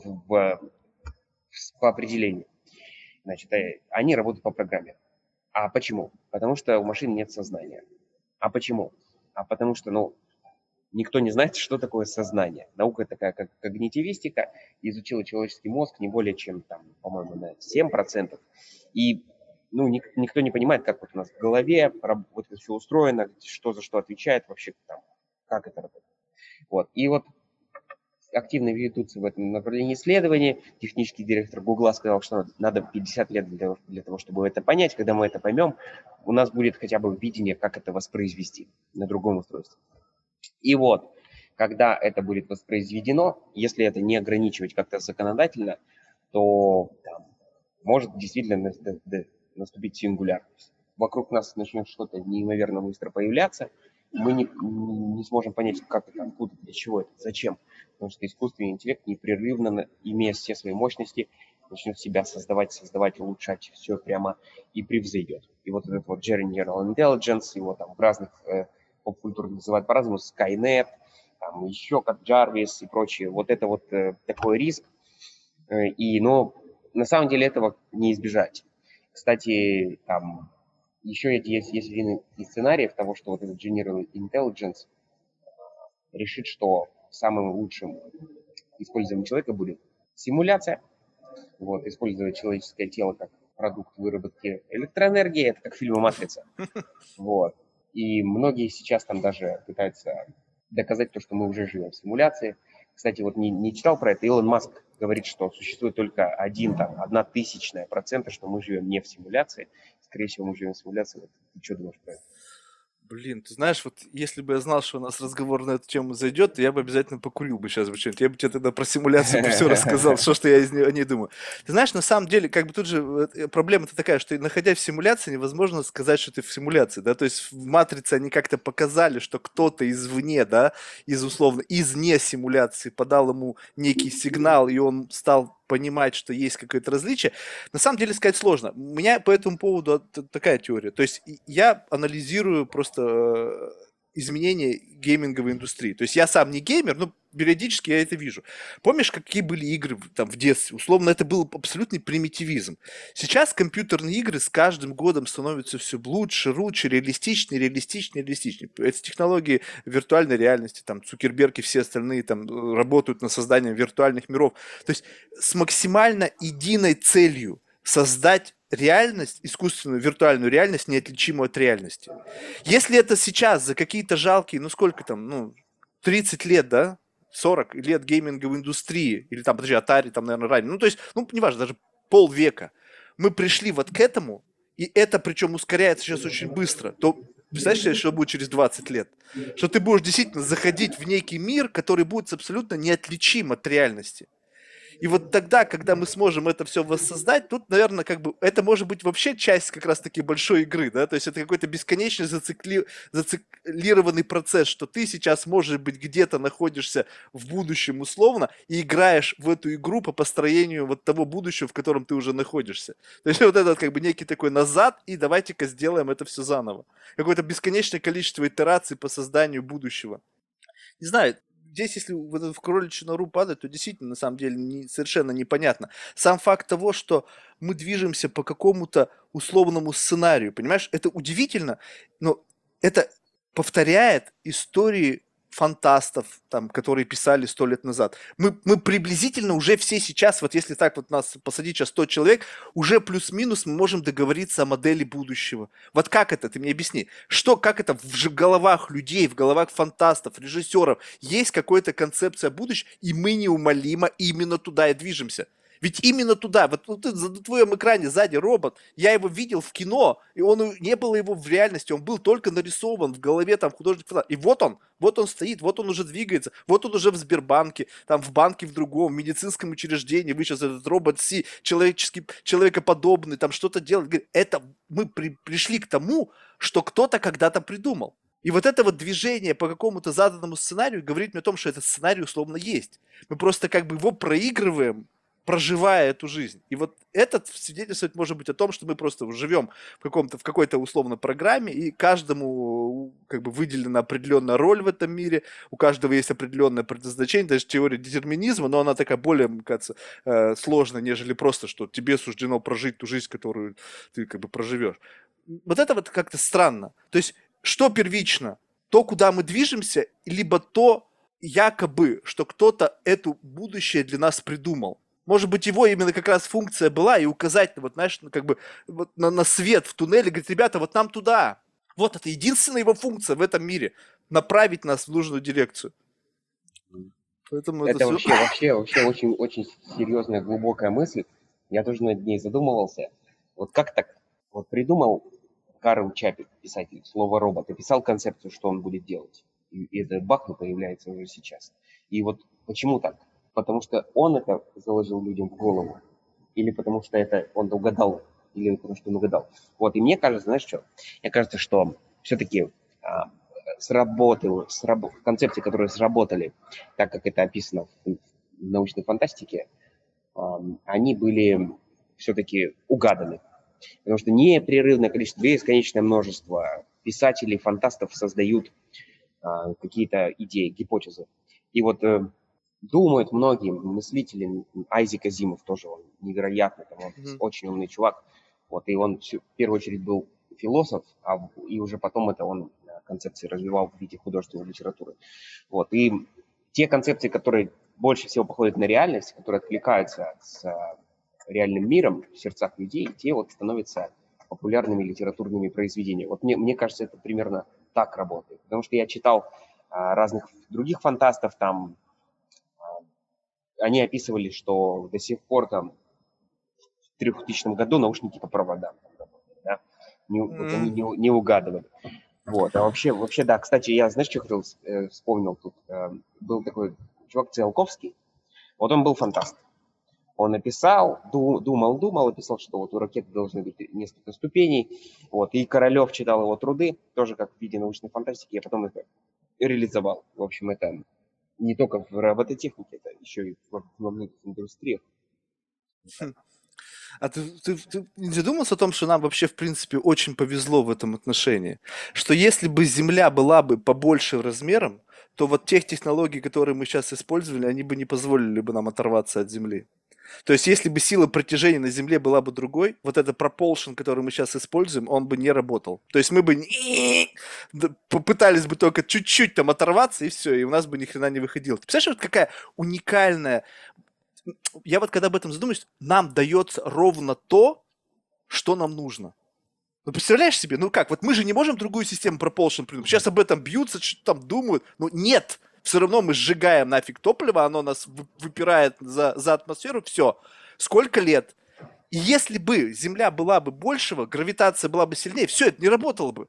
по определению. Значит, они работают по программе. А почему? Потому что у машин нет сознания. А почему? А потому что, никто не знает, что такое сознание. Наука такая, как когнитивистика, изучила человеческий мозг не более чем, там, по-моему, на 7%. И никто не понимает, как вот у нас в голове вот это все устроено, что за что отвечает вообще, там, как это работает. Вот. И вот активно ведутся в этом направлении исследования. Технический директор Гугла сказал, что надо 50 лет для того, чтобы это понять. Когда мы это поймем, у нас будет хотя бы видение, как это воспроизвести на другом устройстве. И вот, когда это будет воспроизведено, если это не ограничивать как-то законодательно, то там, может действительно наступить сингулярность. Вокруг нас начнет что-то неимоверно быстро появляться, мы не сможем понять, как это, откуда, для чего это, зачем. Потому что искусственный интеллект непрерывно, имея все свои мощности, начнет себя создавать, улучшать все прямо и превзойдет. И вот этот вот General Intelligence, его там в разных поп-культуре называют по-разному, Skynet, там еще как Jarvis и прочее. Вот это вот такой риск. Но на самом деле этого не избежать. Кстати, там еще есть один из сценариев того, что вот этот General Intelligence решит, что самым лучшим использованием человека будет симуляция. Вот, использовать человеческое тело как продукт выработки электроэнергии, это как в фильме «Матрица». Вот. И многие сейчас там даже пытаются доказать то, что мы уже живем в симуляции. Кстати, вот не читал про это, Илон Маск говорит, что существует только 1/1000%, что мы живем не в симуляции. Скорее всего, мы живем в симуляции. Вот, ты что думаешь про это? Блин, ты знаешь, вот если бы я знал, что у нас разговор на эту тему зайдет, то я бы обязательно покурил бы сейчас бы что-нибудь. Я бы тебе тогда про симуляцию бы все рассказал, что я о ней думаю. Ты знаешь, на самом деле, как бы тут же проблема-то такая, что находясь в симуляции, невозможно сказать, что ты в симуляции, да, то есть в «Матрице» они как-то показали, что кто-то извне, да, из не симуляции подал ему некий сигнал, и он стал понимать, что есть какое-то различие. На самом деле сказать сложно. У меня по этому поводу такая теория. То есть я анализирую просто изменения гейминговой индустрии. То есть я сам не геймер, но периодически я это вижу. Помнишь, какие были игры там в детстве? Условно, это был абсолютный примитивизм. Сейчас компьютерные игры с каждым годом становятся все лучше, реалистичнее, реалистичнее, реалистичнее. Эти технологии виртуальной реальности, там Цукерберг и все остальные там работают над созданием виртуальных миров. То есть с максимально единой целью создать реальность, искусственную виртуальную реальность, неотличимую от реальности. Если это сейчас за какие-то жалкие, ну сколько там, 30 лет, да, 40 лет гейминговой индустрии, или там, подожди, Atari там, наверное, ранее, то есть, неважно, даже полвека, мы пришли вот к этому, и это причем ускоряется сейчас очень быстро, то представляешь себе, что будет через 20 лет? Что ты будешь действительно заходить в некий мир, который будет абсолютно неотличим от реальности. И вот тогда, когда мы сможем это все воссоздать, тут, наверное, как бы это может быть вообще часть как раз-таки большой игры, да, то есть это какой-то бесконечный зациклированный процесс, что ты сейчас, может быть, где-то находишься в будущем условно и играешь в эту игру по построению вот того будущего, в котором ты уже находишься. То есть вот этот как бы некий такой назад, и давайте-ка сделаем это все заново. Какое-то бесконечное количество итераций по созданию будущего. Не знаю, здесь, если в кроличью нору падать, то действительно, на самом деле, совершенно непонятно. Сам факт того, что мы движемся по какому-то условному сценарию, понимаешь, это удивительно, но это повторяет истории фантастов, там, которые писали 100 лет назад. Мы приблизительно уже все сейчас, вот если так вот нас посадить сейчас 100 человек, уже плюс-минус мы можем договориться о модели будущего. Вот как это, ты мне объясни. Как это в головах людей, в головах фантастов, режиссеров есть какая-то концепция будущего, и мы неумолимо именно туда и движемся. Ведь именно туда, вот тут на твоем экране сзади робот, я его видел в кино, и не было его в реальности, он был только нарисован в голове там художник. И вот он стоит, вот он уже двигается, вот он уже в Сбербанке, там в банке в другом, в медицинском учреждении, вы сейчас этот робот Си, человекоподобный, там что-то делает. Говорит, это мы пришли к тому, что кто-то когда-то придумал. И вот это вот движение по какому-то заданному сценарию говорит мне о том, что этот сценарий условно есть. Мы просто как бы его проигрываем проживая эту жизнь. И вот этот свидетельствует, может быть, о том, что мы просто живем в какой-то условно программе, и каждому как бы выделена определенная роль в этом мире, у каждого есть определенное предназначение, даже теория детерминизма, но она такая более, мне кажется, сложная, нежели просто, что тебе суждено прожить ту жизнь, которую ты как бы проживешь. Вот это вот как-то странно. То есть, что первично? То, куда мы движемся, либо то, якобы, что кто-то это будущее для нас придумал. Может быть, его именно как раз функция была и указать, вот, знаешь, как бы вот на свет в туннеле, говорит, ребята, вот нам туда. Вот это единственная его функция в этом мире. Направить нас в нужную дирекцию. Поэтому это Это все... вообще очень серьезная, глубокая мысль. Я тоже над ней задумывался. Вот как так? Вот придумал Карл Чапик, писатель, слово робот, и писал концепцию, что он будет делать. И этот бах появляется уже сейчас. И вот почему так? Потому что он это заложил людям в голову? Или потому что это он угадал? Или потому что он угадал? Вот, и мне кажется, знаешь что? Мне кажется, что все-таки концепции, которые сработали, так как это описано в научной фантастике, они были все-таки угаданы. Потому что непрерывное количество, бесконечное множество писателей, фантастов создают какие-то идеи, гипотезы. И вот думают многие мыслители, Айзек Азимов тоже, он невероятный, там, он очень умный чувак. Вот, и он в первую очередь был философ, и уже потом это он концепции развивал в виде художественной литературы. Вот, и те концепции, которые больше всего походят на реальность, которые откликаются с реальным миром в сердцах людей, те вот становятся популярными литературными произведениями. Вот мне кажется, это примерно так работает. Потому что я читал разных других фантастов, там они описывали, что до сих пор там в 3000 году наушники по проводам работали, да? Вот они не угадывали. Вот, а вообще, да, кстати, я, знаешь, что хотел, вспомнил тут, был такой чувак Циолковский, вот он был фантаст. Он написал, думал, и писал, что вот у ракеты должны быть несколько ступеней, вот, и Королев читал его труды, тоже как в виде научной фантастики, я потом это реализовал. В общем, это не только в робототехнике, это еще и во многих индустриях. А ты не задумался о том, что нам вообще, в принципе, очень повезло в этом отношении? Что если бы Земля была бы побольше размером, то вот тех технологий, которые мы сейчас использовали, они бы не позволили бы нам оторваться от Земли. То есть, если бы сила притяжения на Земле была бы другой, вот этот propulsion, который мы сейчас используем, он бы не работал. То есть, мы бы попытались бы только чуть-чуть там оторваться, и все, и у нас бы ни хрена не выходило. Ты представляешь, вот какая уникальная... Я вот когда об этом задумаюсь, нам дается ровно то, что нам нужно. Ну, представляешь себе, ну как, вот мы же не можем другую систему propulsion придумать. Сейчас об этом бьются, что-то там думают. Ну нет, все равно мы сжигаем нафиг топливо, оно нас выпирает за атмосферу, все. Сколько лет? И если бы Земля была бы большего, гравитация была бы сильнее, все, это не работало бы.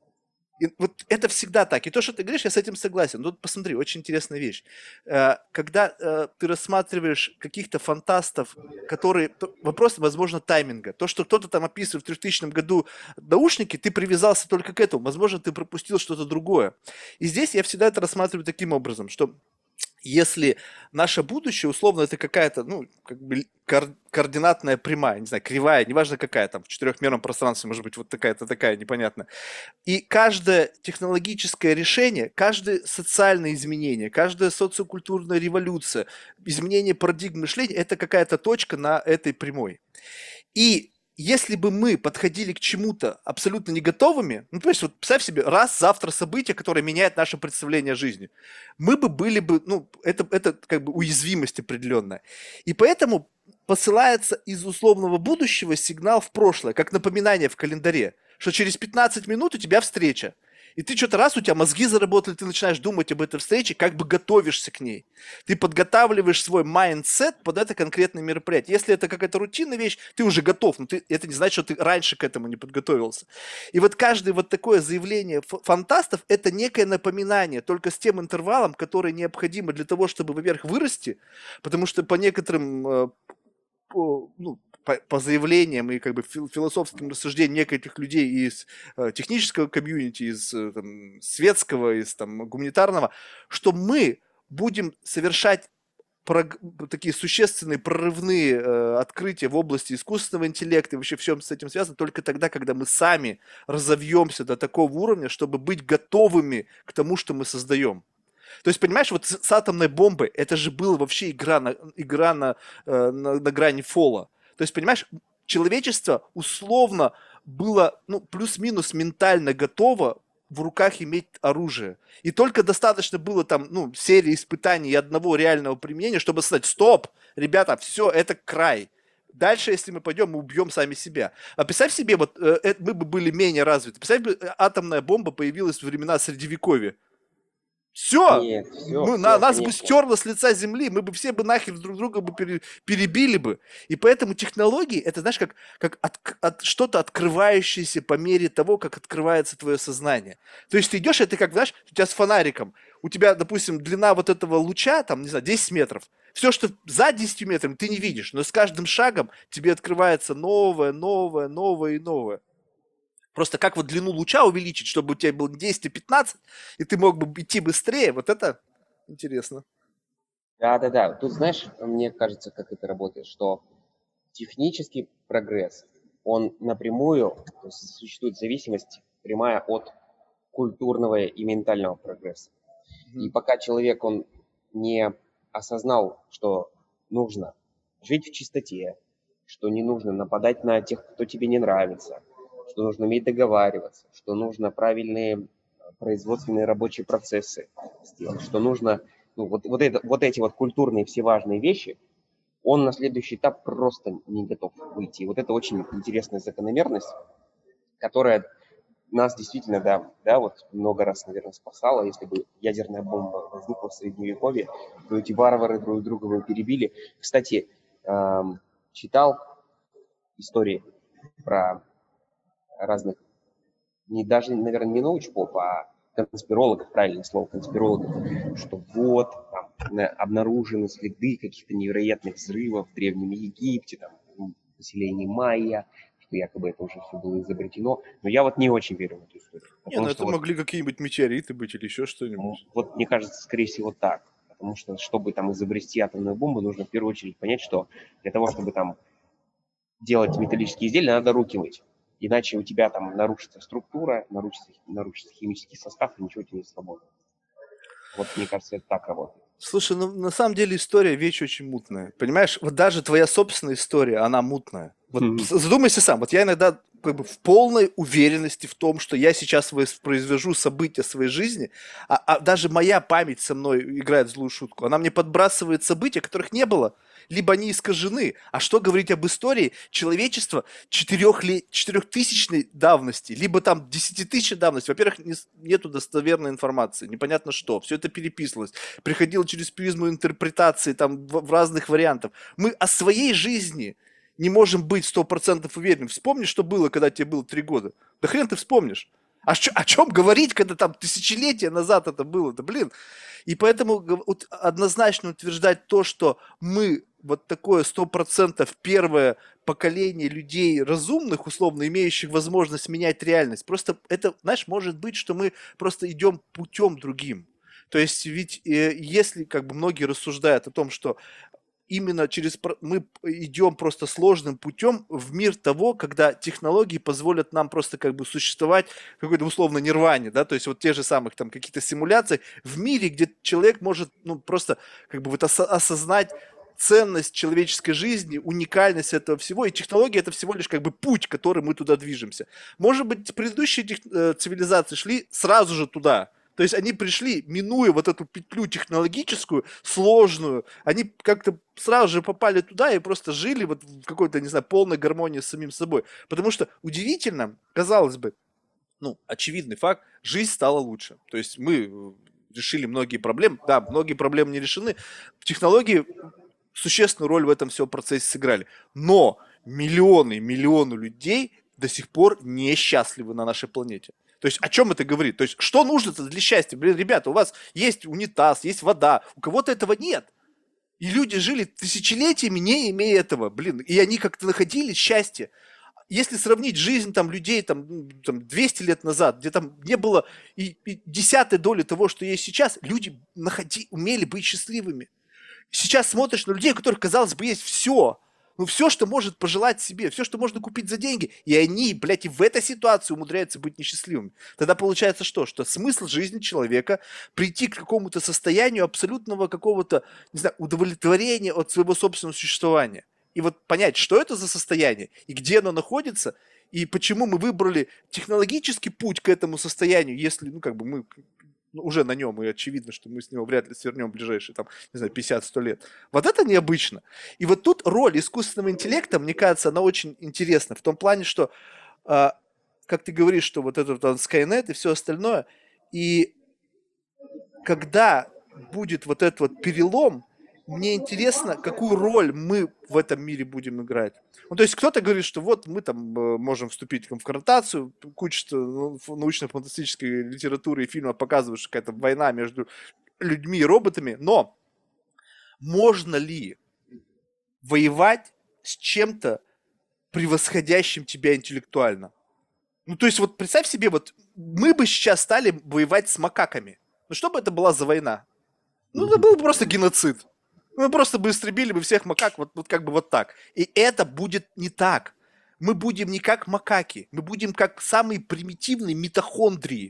И вот это всегда так. И то, что ты говоришь, я с этим согласен. Но посмотри, очень интересная вещь. Когда ты рассматриваешь каких-то фантастов, которые... Вопрос, возможно, тайминга. То, что кто-то там описывает в 3000 году наушники, ты привязался только к этому. Возможно, ты пропустил что-то другое. И здесь я всегда это рассматриваю таким образом, что если наше будущее, условно, это какая-то, ну, как бы координатная прямая, не знаю, кривая, неважно какая, там, в четырехмерном пространстве, может быть, вот такая-то такая непонятная. И каждое технологическое решение, каждое социальное изменение, каждая социокультурная революция, изменение парадигмы мышления – это какая-то точка на этой прямой. И если бы мы подходили к чему-то абсолютно не готовыми, ну, понимаешь, вот представь себе, раз завтра событие, которое меняет наше представление о жизни, мы бы были бы, ну, это как бы уязвимость определенная. И поэтому посылается из условного будущего сигнал в прошлое, как напоминание в календаре, что через 15 минут у тебя встреча. И ты что-то раз, у тебя мозги заработали, ты начинаешь думать об этой встрече, как бы готовишься к ней. Ты подготавливаешь свой майндсет под это конкретное мероприятие. Если это какая-то рутинная вещь, ты уже готов, но это не значит, что ты раньше к этому не подготовился. И вот каждое вот такое заявление фантастов – это некое напоминание, только с тем интервалом, который необходимо для того, чтобы, во-первых, вырасти, потому что по некоторым ну, по заявлениям и как бы философским рассуждениям неких людей из технического комьюнити, из там, светского, из там, гуманитарного, что мы будем совершать такие существенные прорывные открытия в области искусственного интеллекта и вообще всем с этим связано только тогда, когда мы сами разовьемся до такого уровня, чтобы быть готовыми к тому, что мы создаем. То есть, понимаешь, вот с атомной бомбой это же была вообще игра на грани фола. То есть, понимаешь, человечество условно было, ну, плюс-минус ментально готово в руках иметь оружие. И только достаточно было там, ну, серии испытаний и одного реального применения, чтобы сказать, стоп, ребята, все, это край. Дальше, если мы пойдем, мы убьем сами себя. А представь себе, вот мы бы были менее развиты. Представь, бы, атомная бомба появилась во времена Средневековья. Все, Нет, все, нас бы конечно. стерло с лица земли, мы бы все бы нахер друг друга бы перебили бы. И поэтому технологии, это, знаешь, как что-то открывающееся по мере того, как открывается твое сознание. То есть ты идешь, это как, знаешь, у тебя с фонариком, у тебя, допустим, длина вот этого луча, там, не знаю, 10 метров. Все, что за 10 метрами, ты не видишь, но с каждым шагом тебе открывается новое, новое, новое и новое. Просто как вот длину луча увеличить, чтобы у тебя было не 10, а 15, и ты мог бы идти быстрее, вот это интересно. Да-да-да. Тут, знаешь, мне кажется, как это работает, что технический прогресс, он напрямую, то есть существует зависимость прямая от культурного и ментального прогресса. И пока человек, он не осознал, что нужно жить в чистоте, что не нужно нападать на тех, кто тебе не нравится, что нужно уметь договариваться, что нужно правильные производственные рабочие процессы сделать, что нужно, ну, вот эти вот культурные все важные вещи, он на следующий этап просто не готов выйти. И вот это очень интересная закономерность, которая нас действительно, да, вот много раз, наверное, спасала. Если бы ядерная бомба возникла в Средневековье, то эти варвары друг друга бы перебили. Кстати, читал истории про разных, даже, наверное, не научпоп, а конспирологов, правильное слово, конспирологов, что вот, там, обнаружены следы каких-то невероятных взрывов в Древнем Египте, там, в поселении майя, что якобы это уже все было изобретено. Но я вот не очень верю в эту историю. Не, ну Потому что это вот, могли какие-нибудь метеориты быть или еще что-нибудь. вот мне кажется, скорее всего, так. Потому что, чтобы там изобрести атомную бомбу, нужно в первую очередь понять, что для того, чтобы там делать металлические изделия, надо руки мыть. Иначе у тебя там нарушится структура, нарушится химический состав, и ничего тебе не сработает. Вот мне кажется, это так работает. Слушай, ну на самом деле история вещь очень мутная. Понимаешь, вот даже твоя собственная история, она мутная. Вот задумайся сам. Вот я иногда как бы в полной уверенности в том, что я сейчас воспроизвожу события своей жизни, а даже моя память со мной играет злую шутку. Она мне подбрасывает события, которых не было. Либо они искажены. А что говорить об истории человечества четырехтысячной давности, либо там 10 000 давности? Во-первых, нету достоверной информации, непонятно что. Все это переписывалось, приходило через призму интерпретации там в разных вариантах. Мы о своей жизни не можем быть 100% уверенным. Вспомни, что было, когда тебе было 3 года. Да хрен ты вспомнишь. О чем говорить, когда там тысячелетия назад это было? Да блин. И поэтому однозначно утверждать то, что мы вот такое 100% первое поколение людей разумных, условно имеющих возможность менять реальность, просто это, знаешь, может быть, что мы просто идем путем другим. То есть ведь если как бы многие рассуждают о том, что именно мы идем просто сложным путем в мир того, когда технологии позволят нам просто как бы существовать в какой-то условно нирване, да, то есть вот те же самых там какие-то симуляции в мире, где человек может, ну, просто как бы вот осознать ценность человеческой жизни, уникальность этого всего, и технология это всего лишь как бы путь, который мы туда движемся. Может быть, предыдущие цивилизации шли сразу же туда, то есть они пришли, минуя вот эту петлю технологическую, сложную, они как-то сразу же попали туда и просто жили вот в какой-то, не знаю, полной гармонии с самим собой. Потому что удивительно, казалось бы, ну, очевидный факт, жизнь стала лучше. То есть мы решили многие проблемы, да, многие проблемы не решены, технологии существенную роль в этом всем процессе сыграли. Но миллионы людей до сих пор несчастливы на нашей планете. То есть о чем это говорит? То есть что нужно-то для счастья? Блин, ребята, у вас есть унитаз, есть вода, у кого-то этого нет. И люди жили тысячелетиями, не имея этого, блин, и они как-то находили счастье. Если сравнить жизнь там людей там 200 лет назад, где там не было и десятой доли того, что есть сейчас, люди умели быть счастливыми. Сейчас смотришь на людей, у которых, казалось бы, есть все. Ну, все, что может пожелать себе, все, что можно купить за деньги. И они, блядь, и в этой ситуации умудряются быть несчастливыми. Тогда получается что? Что смысл жизни человека прийти к какому-то состоянию абсолютного какого-то, не знаю, удовлетворения от своего собственного существования. И вот понять, что это за состояние, и где оно находится, и почему мы выбрали технологический путь к этому состоянию, если, ну, как бы мы уже на нем, и очевидно, что мы с него вряд ли свернем в ближайшие, там, не знаю, 50-100 лет. Вот это необычно. И вот тут роль искусственного интеллекта, мне кажется, она очень интересна. В том плане, что, как ты говоришь, что вот этот вот Skynet и все остальное, и когда будет вот этот вот перелом, мне интересно, какую роль мы в этом мире будем играть. Ну, то есть кто-то говорит, что вот мы там можем вступить в конфронтацию, куча научно-фантастической литературы и фильмов показывают, что какая-то война между людьми и роботами, но можно ли воевать с чем-то превосходящим тебя интеллектуально? Ну, то есть вот представь себе, вот мы бы сейчас стали воевать с макаками. Ну, что бы это была за война? Ну, это был бы просто геноцид. Мы просто бы истребили бы всех макак вот как бы вот так. И это будет не так. Мы будем не как макаки. Мы будем как самые примитивные митохондрии.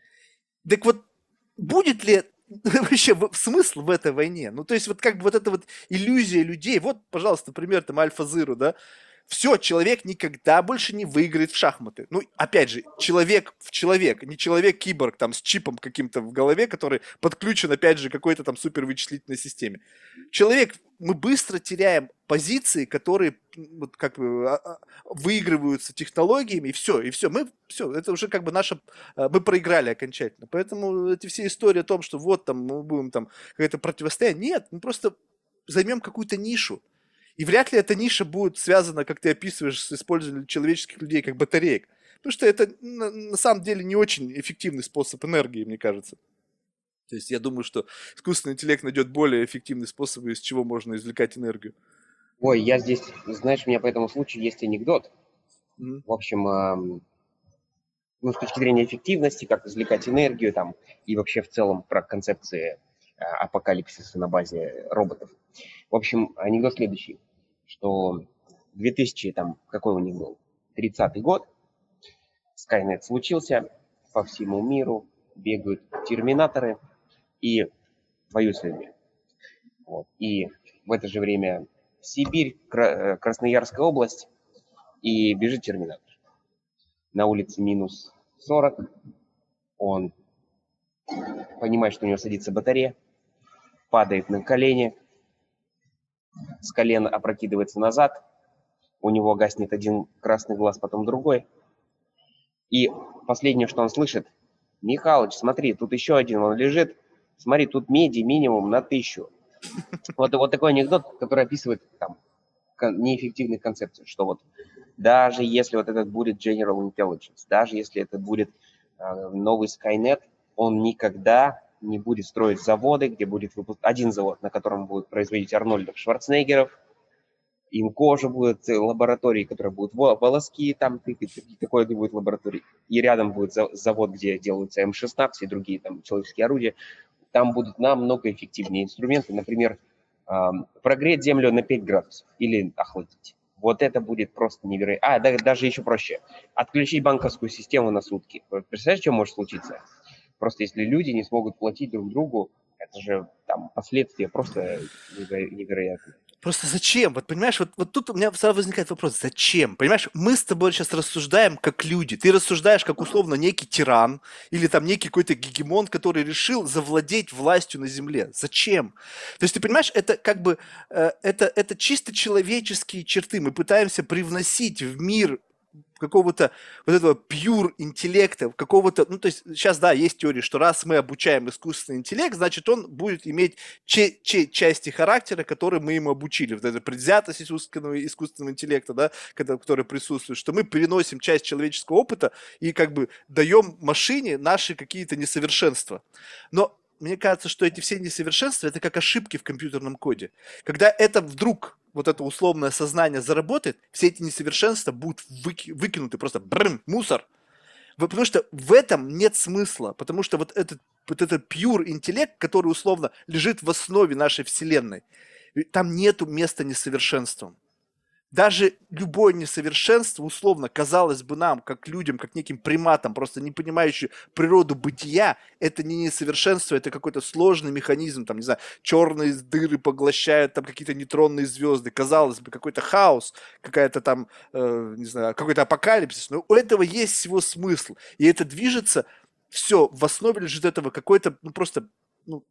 Так вот, будет ли вообще смысл в этой войне? Ну, то есть вот как бы вот эта вот иллюзия людей. Вот, пожалуйста, например, там Альфа Зиру, да? Все, человек никогда больше не выиграет в шахматы. Ну, опять же, человек в человека, не человек-киборг там с чипом каким-то в голове, который подключен, опять же, к какой-то там супервычислительной системе. Человек, мы быстро теряем позиции, которые вот как бы выигрываются технологиями, и все, мы, все, это уже как бы наша, мы проиграли окончательно. Поэтому эти все истории о том, что вот там мы будем там какое-то противостояние, нет, мы просто займем какую-то нишу. И вряд ли эта ниша будет связана, как ты описываешь, с использованием человеческих людей как батареек. Потому что это на самом деле не очень эффективный способ энергии, мне кажется. То есть я думаю, что искусственный интеллект найдет более эффективные способы, из чего можно извлекать энергию. Ой, я здесь, знаешь, у меня по этому случаю есть анекдот. Мгм. В общем, ну, с точки зрения эффективности, как извлекать энергию там, и вообще в целом про концепции апокалипсиса на базе роботов. В общем, анекдот следующий, что 2000, там, какой у них был, 30-й год, Skynet случился, по всему миру бегают терминаторы и воюют с людьми. Вот. И в это же время Сибирь, Красноярская область, и бежит терминатор. На улице минус 40, он понимает, что у него садится батарея, падает на колени, с колена опрокидывается назад, у него гаснет один красный глаз, потом другой. И последнее, что он слышит: Михалыч, смотри, тут еще один, он лежит, смотри, тут меди минимум на 1000. Вот такой анекдот, который описывает там неэффективные концепции, что вот даже если вот этот будет General Intelligence, даже если это будет новый Skynet, он никогда не будет строить заводы, где будет один завод, на котором будут производить Арнольдов, Шварценеггеров, им кожа будет, лаборатории, которые будут волоски там тыкать, такое не будет лаборатории. И рядом будет завод, где делаются М-16 и другие там человеческие орудия. Там будут намного эффективнее инструменты, например, прогреть землю на 5 градусов или охладить. Вот это будет просто невероятно. Даже еще проще. Отключить банковскую систему на сутки. Представляешь, что может случиться? Просто если люди не смогут платить друг другу, это же там последствия просто невероятные. Просто зачем? Вот понимаешь, вот тут у меня сразу возникает вопрос, зачем? Понимаешь, мы с тобой сейчас рассуждаем как люди. Ты рассуждаешь как условно некий тиран или там некий какой-то гегемон, который решил завладеть властью на земле. Зачем? То есть ты понимаешь, это как бы, это чисто человеческие черты. Мы пытаемся привносить в мир какого-то вот этого пьюр интеллекта, какого-то, ну, то есть сейчас, да, есть теория, что раз мы обучаем искусственный интеллект, значит, он будет иметь части характера, которые мы ему обучили. Вот эта предвзятость искусственного интеллекта, да, который присутствует, что мы переносим часть человеческого опыта и как бы даем машине наши какие-то несовершенства. Но мне кажется, что эти все несовершенства – это как ошибки в компьютерном коде. Когда это вдруг вот это условное сознание заработает, все эти несовершенства будут выкинуты просто мусор. Потому что в этом нет смысла, потому что вот этот вот этот pure интеллект, который условно лежит в основе нашей Вселенной. Там нету места несовершенствам. Даже любое несовершенство, условно, казалось бы нам, как людям, как неким приматам, просто не понимающим природу бытия, это не несовершенство, это какой-то сложный механизм, там, не знаю, черные дыры поглощают там какие-то нейтронные звезды, казалось бы, какой-то хаос, какая-то там, не знаю, какой-то апокалипсис, но у этого есть всего смысл, и это движется, все, в основе лежит этого какой-то, ну, просто, ну,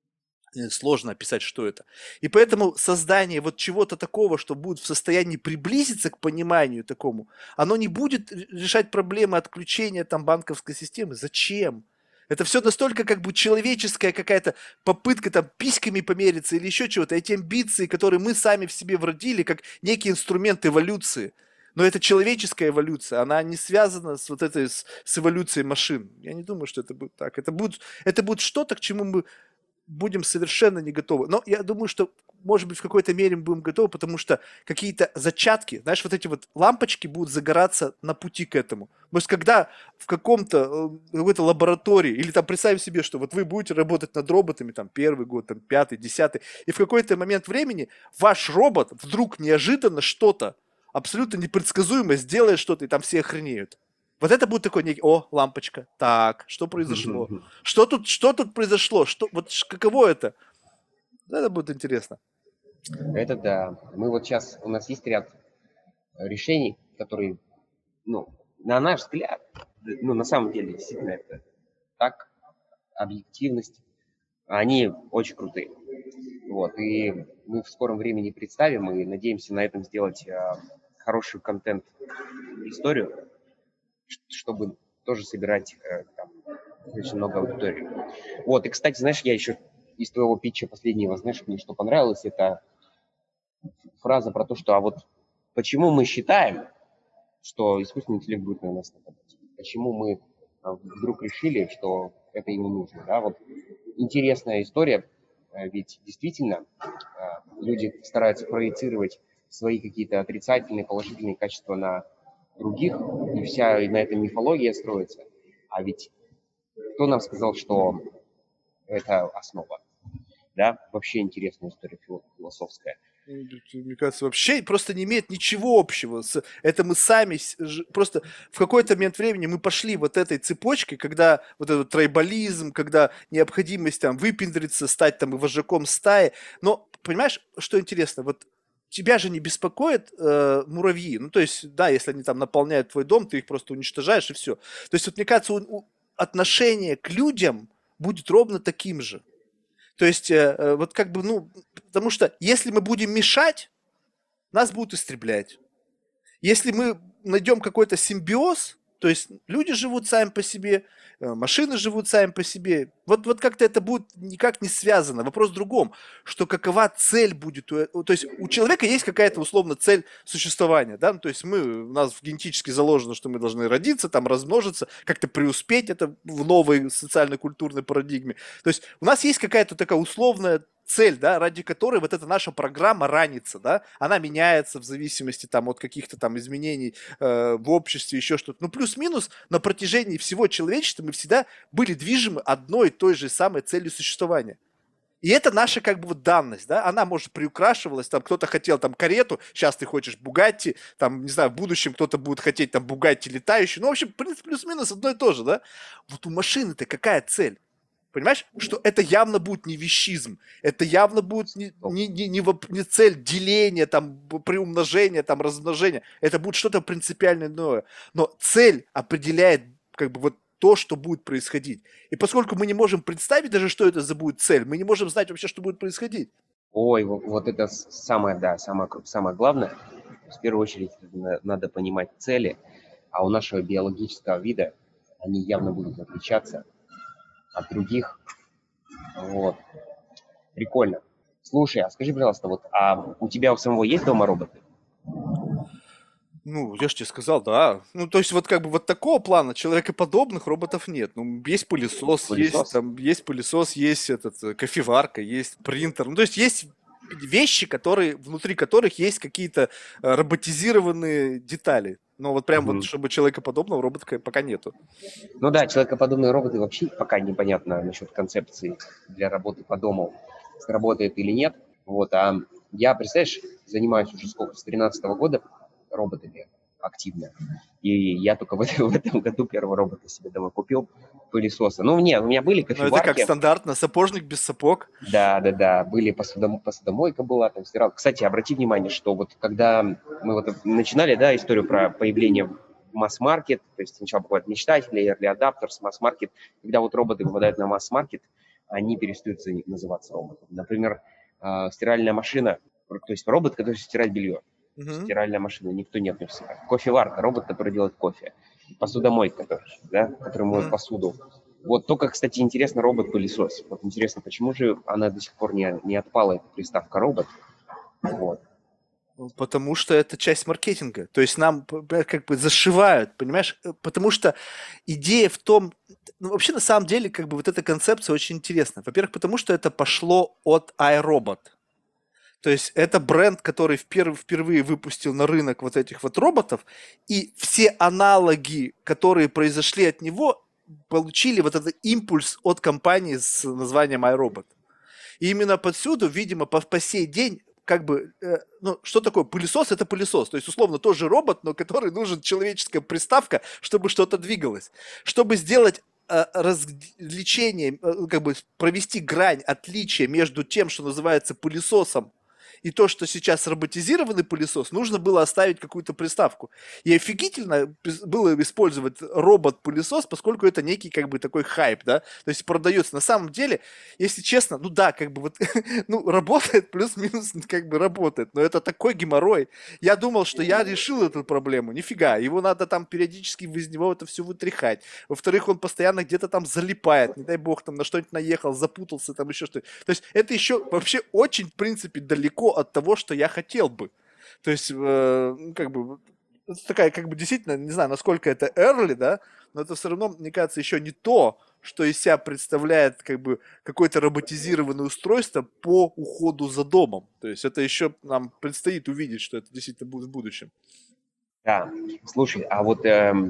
сложно описать, что это. И поэтому создание вот чего-то такого, что будет в состоянии приблизиться к пониманию такому, оно не будет решать проблемы отключения там банковской системы. Зачем? Это все настолько как бы человеческая какая-то попытка там письками помериться или еще чего-то. Эти амбиции, которые мы сами в себе вродили, как некий инструмент эволюции. Но это человеческая эволюция, она не связана с вот этой, с эволюцией машин. Я не думаю, что это будет так. Это будет что-то, к чему мы будем совершенно не готовы. Но я думаю, что, может быть, в какой-то мере мы будем готовы, потому что какие-то зачатки, знаешь, вот эти вот лампочки будут загораться на пути к этому. Может, когда в какой-то лаборатории, или там представим себе, что вот вы будете работать над роботами, там, первый год, там, пятый, десятый, и в какой-то момент времени ваш робот вдруг неожиданно что-то абсолютно непредсказуемо сделает что-то, и там все охренеют. Вот это будет такой некий, о, лампочка, так, что произошло? Что тут произошло? Каково это? Это будет интересно. Это да. Мы вот сейчас, у нас есть ряд решений, которые, ну, на наш взгляд, ну, на самом деле, действительно, это так, объективность, они очень крутые. Вот, и мы в скором времени представим и надеемся на этом сделать хорошую контент-историю, чтобы тоже собирать там очень много аудитории. Вот, и, кстати, знаешь, я еще из твоего питча последнего, знаешь, мне что понравилось, это фраза про то, что а вот почему мы считаем, что искусственный интеллект будет на нас нападать? Почему мы вдруг решили, что это ему нужно? Да? Вот интересная история, ведь действительно люди стараются проецировать свои какие-то отрицательные, положительные качества на других, и вся на этом мифология строится. А ведь кто нам сказал, что это основа? Да, вообще интересная история философская. Мне кажется, вообще просто не имеет ничего общего. Это мы сами просто в какой-то момент времени мы пошли вот этой цепочкой, когда вот этот трайбализм, когда необходимость там выпендриться, стать там и вожаком стаи. Но понимаешь, что интересно? Вот тебя же не беспокоят муравьи. Ну, то есть, да, если они там наполняют твой дом, ты их просто уничтожаешь и все. То есть, вот мне кажется, отношение к людям будет ровно таким же. То есть, вот как бы, ну, потому что если мы будем мешать, нас будут истреблять. Если мы найдем какой-то симбиоз, то есть люди живут сами по себе, машины живут сами по себе, вот как-то это будет никак не связано. Вопрос в другом, что какова цель будет, то есть у человека есть какая-то условно цель существования, да, ну, то есть у нас генетически заложено, что мы должны родиться, там размножиться, как-то преуспеть это в новой социально-культурной парадигме. То есть у нас есть какая-то такая условная цель, да, ради которой вот эта наша программа ранится, да, она меняется в зависимости там от каких-то там изменений в обществе, еще что-то. Ну, плюс-минус на протяжении всего человечества мы всегда были движимы одной и той же самой целью существования. И это наша как бы вот данность, да, она, может, приукрашивалась, там кто-то хотел там карету, сейчас ты хочешь Бугатти, там, не знаю, в будущем кто-то будет хотеть там Бугатти летающий, ну, в общем, плюс-минус одно и то же, да. Вот у машины-то какая цель? Понимаешь, что это явно будет не вещизм, это явно будет не цель деления, там, приумножения, там, размножения, это будет что-то принципиально иное. Но цель определяет как бы вот то, что будет происходить. И поскольку мы не можем представить даже, что это за будет цель, мы не можем знать вообще, что будет происходить. Ой, вот это самое, да, самое главное. В первую очередь надо понимать цели, а у нашего биологического вида они явно будут отличаться от других. Вот. Прикольно. Слушай, а скажи, пожалуйста, вот, а у тебя у самого есть дома роботы? Ну, я же тебе сказал, да. Ну, то есть вот как бы вот такого плана человекоподобных роботов нет. Ну, есть пылесос, есть пылесос, есть кофеварка, есть принтер. Ну, то есть есть вещи, внутри которых есть какие-то роботизированные детали. Но вот прям вот, Мгм. чтобы человекоподобного робота пока нету. Ну да, человекоподобные роботы вообще пока непонятно насчет концепции для работы по дому, сработает или нет. Вот, а я, представляешь, занимаюсь уже сколько, с 2013 года роботами активно. И я только в этом году первого робота себе домой купил, пылесоса. Ну, нет, у меня были Но это как кофеварки, стандартно, сапожник без сапог. да, были посудомойка была, там стиралка. Кстати, обрати внимание, что вот когда мы вот начинали, да, историю про появление в масс-маркет, то есть сначала бывают мечтатели, early adapters, масс-маркет, когда вот роботы попадают на масс-маркет, они перестают называться роботом. Например, стиральная машина, то есть робот, который стирает белье. Мгм. Стиральная машина, никто не относится. Кофеварка, робот, который делает кофе. Посудомойка тоже, да, который моет Мгм. посуду. Вот только, кстати, интересно, робот-пылесос. Вот интересно, почему же она до сих пор не отпала, эта приставка робот? Вот. Потому что это часть маркетинга. То есть нам как бы зашивают, понимаешь? Потому что идея в том, ну вообще на самом деле как бы вот эта концепция очень интересна. Во-первых, потому что это пошло от iRobot. То есть это бренд, который впервые выпустил на рынок вот этих вот роботов, и все аналоги, которые произошли от него, получили вот этот импульс от компании с названием iRobot. И именно подсюду, видимо, по сей день как бы, ну, что такое пылесос? Это пылесос. То есть, условно, тоже робот, но который нужен человеческая приставка, чтобы что-то двигалось. Чтобы сделать развлечение, как бы провести грань отличия между тем, что называется пылесосом, и то, что сейчас роботизированный пылесос, нужно было оставить какую-то приставку. И офигительно было использовать робот-пылесос, поскольку это некий как бы такой хайп, да, то есть продается. На самом деле, если честно, ну да, как бы вот, ну, работает, плюс-минус как бы работает, но это такой геморрой. Я думал, что я решил эту проблему, нифига, его надо там периодически из него это все вытряхать. Во-вторых, он постоянно где-то там залипает, не дай бог, там на что-нибудь наехал, запутался, там еще что-то. То есть это еще вообще очень, в принципе, далеко от того, что я хотел бы. То есть, ну, как бы, это такая, как бы, действительно, не знаю, насколько это early, да, но это все равно, мне кажется, еще не то, что из себя представляет, как бы, какое-то роботизированное устройство по уходу за домом. То есть это еще нам предстоит увидеть, что это действительно будет в будущем. Да, слушай, а вот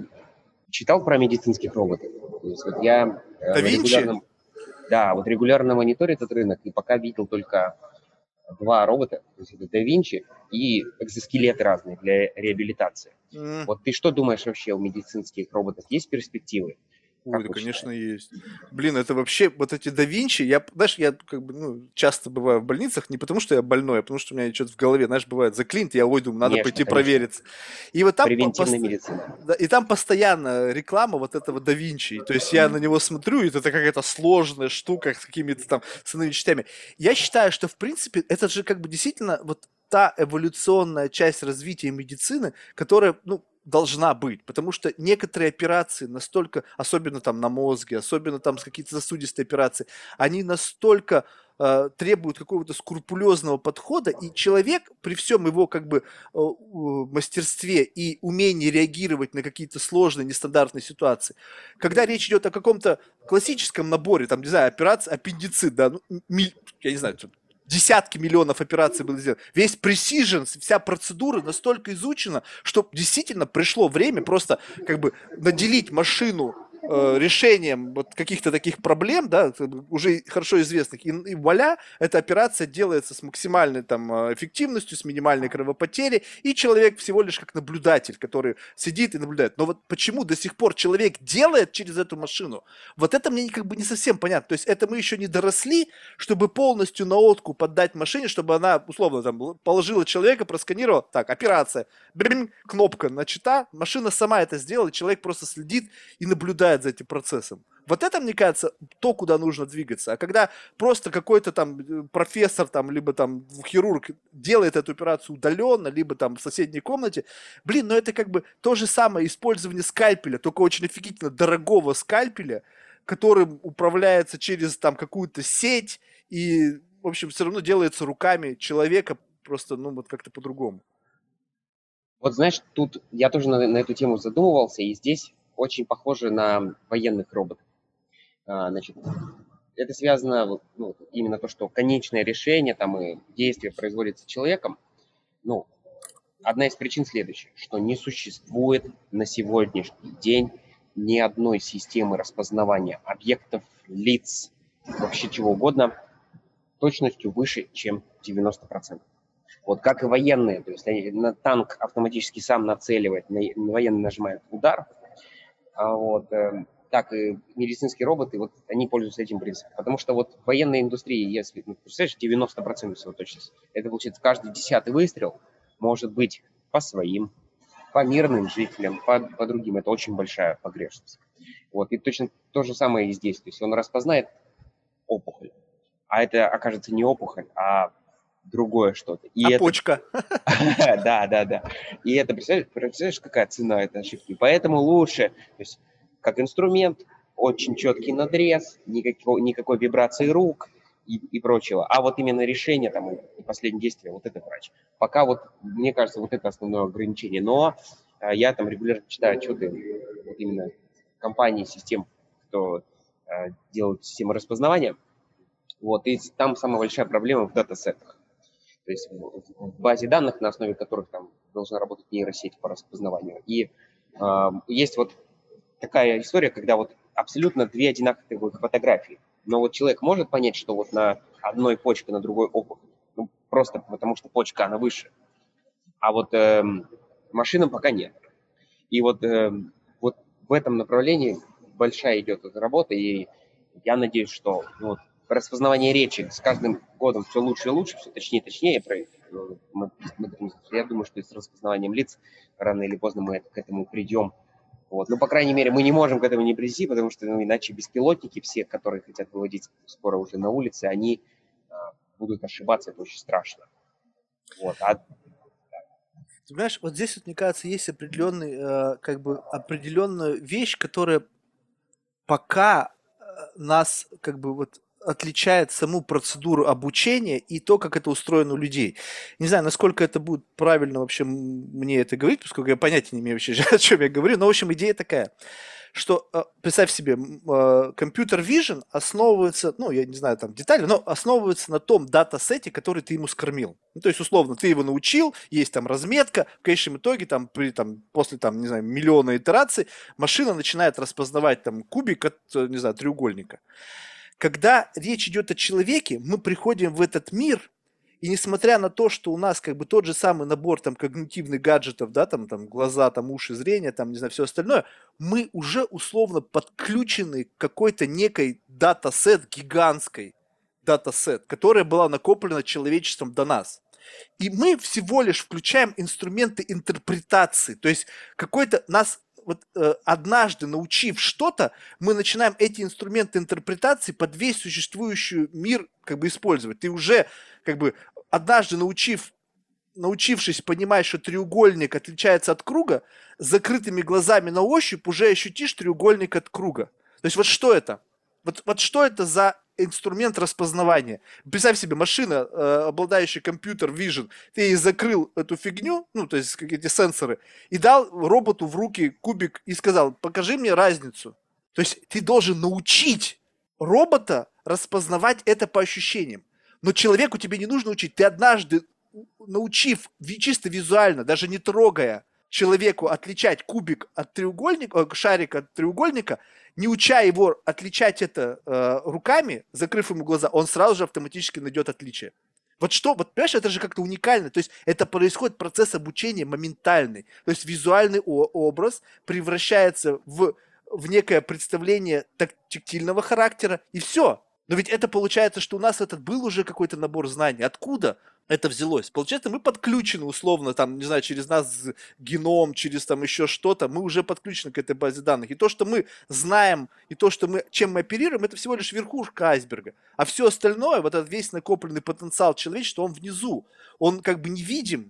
читал про медицинских роботов? То есть вот я Да Винчи? регулярно, да, вот регулярно мониторю этот рынок и пока видел только два робота, то есть это Da Vinci и экзоскелеты разные для реабилитации. Вот ты что думаешь вообще о медицинских роботах? Есть перспективы? Ой, Как да, вы конечно, считаете? есть. Блин, это вообще, вот эти да Винчи, я, знаешь, я как бы, ну, часто бываю в больницах, не потому что я больной, а потому что у меня что-то в голове, знаешь, бывает заклинит, я, ой, думаю, надо Конечно, пойти конечно. провериться. И вот там, Превентивная медицина. да, и там постоянно реклама вот этого да Винчи. То есть я на него смотрю, и это какая-то сложная штука с какими-то там цветными частями. Я считаю, что, в принципе, это же как бы действительно вот та эволюционная часть развития медицины, которая, ну, должна быть, потому что некоторые операции настолько, особенно там на мозге, особенно там с какие-то сосудистые операции, они настолько требуют какого-то скрупулезного подхода, и человек при всем его как бы мастерстве и умении реагировать на какие-то сложные, нестандартные ситуации, когда речь идет о каком-то классическом наборе, там, не знаю, операция аппендицит, да, ну, я не знаю, десятки миллионов операций было сделано. Весь precision, вся процедура настолько изучена, что действительно пришло время просто как бы наделить машину решением вот каких-то таких проблем, да, уже хорошо известных, и вуаля, эта операция делается с максимальной там эффективностью, с минимальной кровопотерей, и человек всего лишь как наблюдатель, который сидит и наблюдает. Но вот почему до сих пор человек делает через эту машину, вот это мне как бы не совсем понятно. То есть это мы еще не доросли, чтобы полностью на откуп поддать машине, чтобы она, условно, там, положила человека, просканировала, так, операция, брин, кнопка начата, машина сама это сделала, человек просто следит и наблюдает за этим процессом. Вот это, мне кажется, то, куда нужно двигаться. А когда просто какой-то там профессор, там, либо там хирург делает эту операцию удаленно, либо там в соседней комнате, блин, ну это как бы то же самое использование скальпеля, только очень офигительно дорогого скальпеля, которым управляется через там какую-то сеть и, в общем, все равно делается руками человека просто, ну, вот как-то по-другому. Вот знаешь, тут я тоже на эту тему задумывался, и здесь очень похоже на военных роботов. Значит, это связано ну, именно то, что конечное решение там и действие производится человеком. Ну, одна из причин следующая, что не существует на сегодняшний день ни одной системы распознавания объектов, лиц, вообще чего угодно, точностью выше, чем 90%. Вот как и военные, то есть на танк автоматически сам нацеливает, военный нажимает удар, так и медицинские роботы, вот они пользуются этим принципом. Потому что вот в военной индустрии, если, представляешь, 90% всего точности, это получается каждый 10-й выстрел может быть по своим, по мирным жителям, по другим. Это очень большая погрешность. Вот, и точно то же самое и здесь. То есть он распознает опухоль, а это окажется не опухоль, а другое что-то. И А это... почка? Да. И это, представляешь, какая цена этой ошибки? Поэтому лучше, то есть как инструмент, очень четкий надрез, никакой вибрации рук и прочего. А вот именно решение там и последнее действие, вот это врач. Пока вот, мне кажется, вот это основное ограничение. Но я там регулярно читаю отчеты вот именно компаний, систем, кто делает системы распознавания. Вот, и там самая большая проблема в датасетах. То есть в базе данных, на основе которых там должна работать нейросеть по распознаванию. И есть вот такая история, когда вот абсолютно две одинаковых фотографии. Но вот человек может понять, что вот на одной почке, на другой опухоль. Ну, просто потому что почка, она выше. А вот машинам пока нет. И вот в этом направлении большая идет эта работа, и я надеюсь, что вот, распознавание речи с каждым годом все лучше и лучше, все точнее и точнее. Я думаю, что с распознаванием лиц рано или поздно мы к этому придем. Вот. Ну, по крайней мере, мы не можем к этому не прийти, потому что иначе беспилотники, все, которые хотят выводить скоро уже на улице, они будут ошибаться, это очень страшно. Вот. Ты понимаешь, вот здесь вот, мне кажется, есть определенная вещь, которая пока нас как бы вот отличает саму процедуру обучения и то, как это устроено у людей. Не знаю, насколько это будет правильно вообще мне это говорить, поскольку я понятия не имею вообще, о чем я говорю, но, в общем, идея такая, что, представь себе, компьютер vision основывается, ну, я не знаю там детали, но основывается на том датасете, который ты ему скормил. Ну, то есть, условно, ты его научил, есть там разметка, в конечном итоге, после, не знаю, миллиона итераций, машина начинает распознавать там кубик от, не знаю, треугольника. Когда речь идет о человеке, мы приходим в этот мир, и несмотря на то, что у нас как бы тот же самый набор там когнитивных гаджетов, да, там глаза, там уши, зрение, там, не знаю, все остальное, мы уже условно подключены к какой-то некой датасет гигантской, датасет, которая была накоплена человечеством до нас. И мы всего лишь включаем инструменты интерпретации, то есть какой-то нас однажды научив что-то, мы начинаем эти инструменты интерпретации под весь существующий мир как бы использовать. Ты уже как бы однажды научившись понимать, что треугольник отличается от круга, с закрытыми глазами на ощупь уже ощутишь треугольник от круга. То есть вот что это? Вот что это за инструмент распознавания? Представь себе, машина, обладающая компьютер vision, ты ей закрыл эту фигню, ну, то есть эти сенсоры, и дал роботу в руки кубик и сказал, покажи мне разницу. То есть ты должен научить робота распознавать это по ощущениям. Но человеку тебе не нужно учить. Ты однажды, научив чисто визуально, даже не трогая человеку отличать кубик от треугольника, шарик от треугольника, не уча его отличать это руками, закрыв ему глаза, он сразу же автоматически найдет отличие. Вот что, вот понимаешь, это же как-то уникально. То есть это происходит процесс обучения моментальный. То есть визуальный образ превращается в некое представление тактильного характера, и все. Но ведь это получается, что у нас этот был уже какой-то набор знаний. Откуда это взялось? Получается, мы подключены условно, там, не знаю, через нас геном, через там еще что-то, мы уже подключены к этой базе данных. И то, что мы знаем, и то, что чем мы оперируем, это всего лишь верхушка айсберга. А все остальное, вот этот весь накопленный потенциал человечества, он внизу. Он как бы невидим.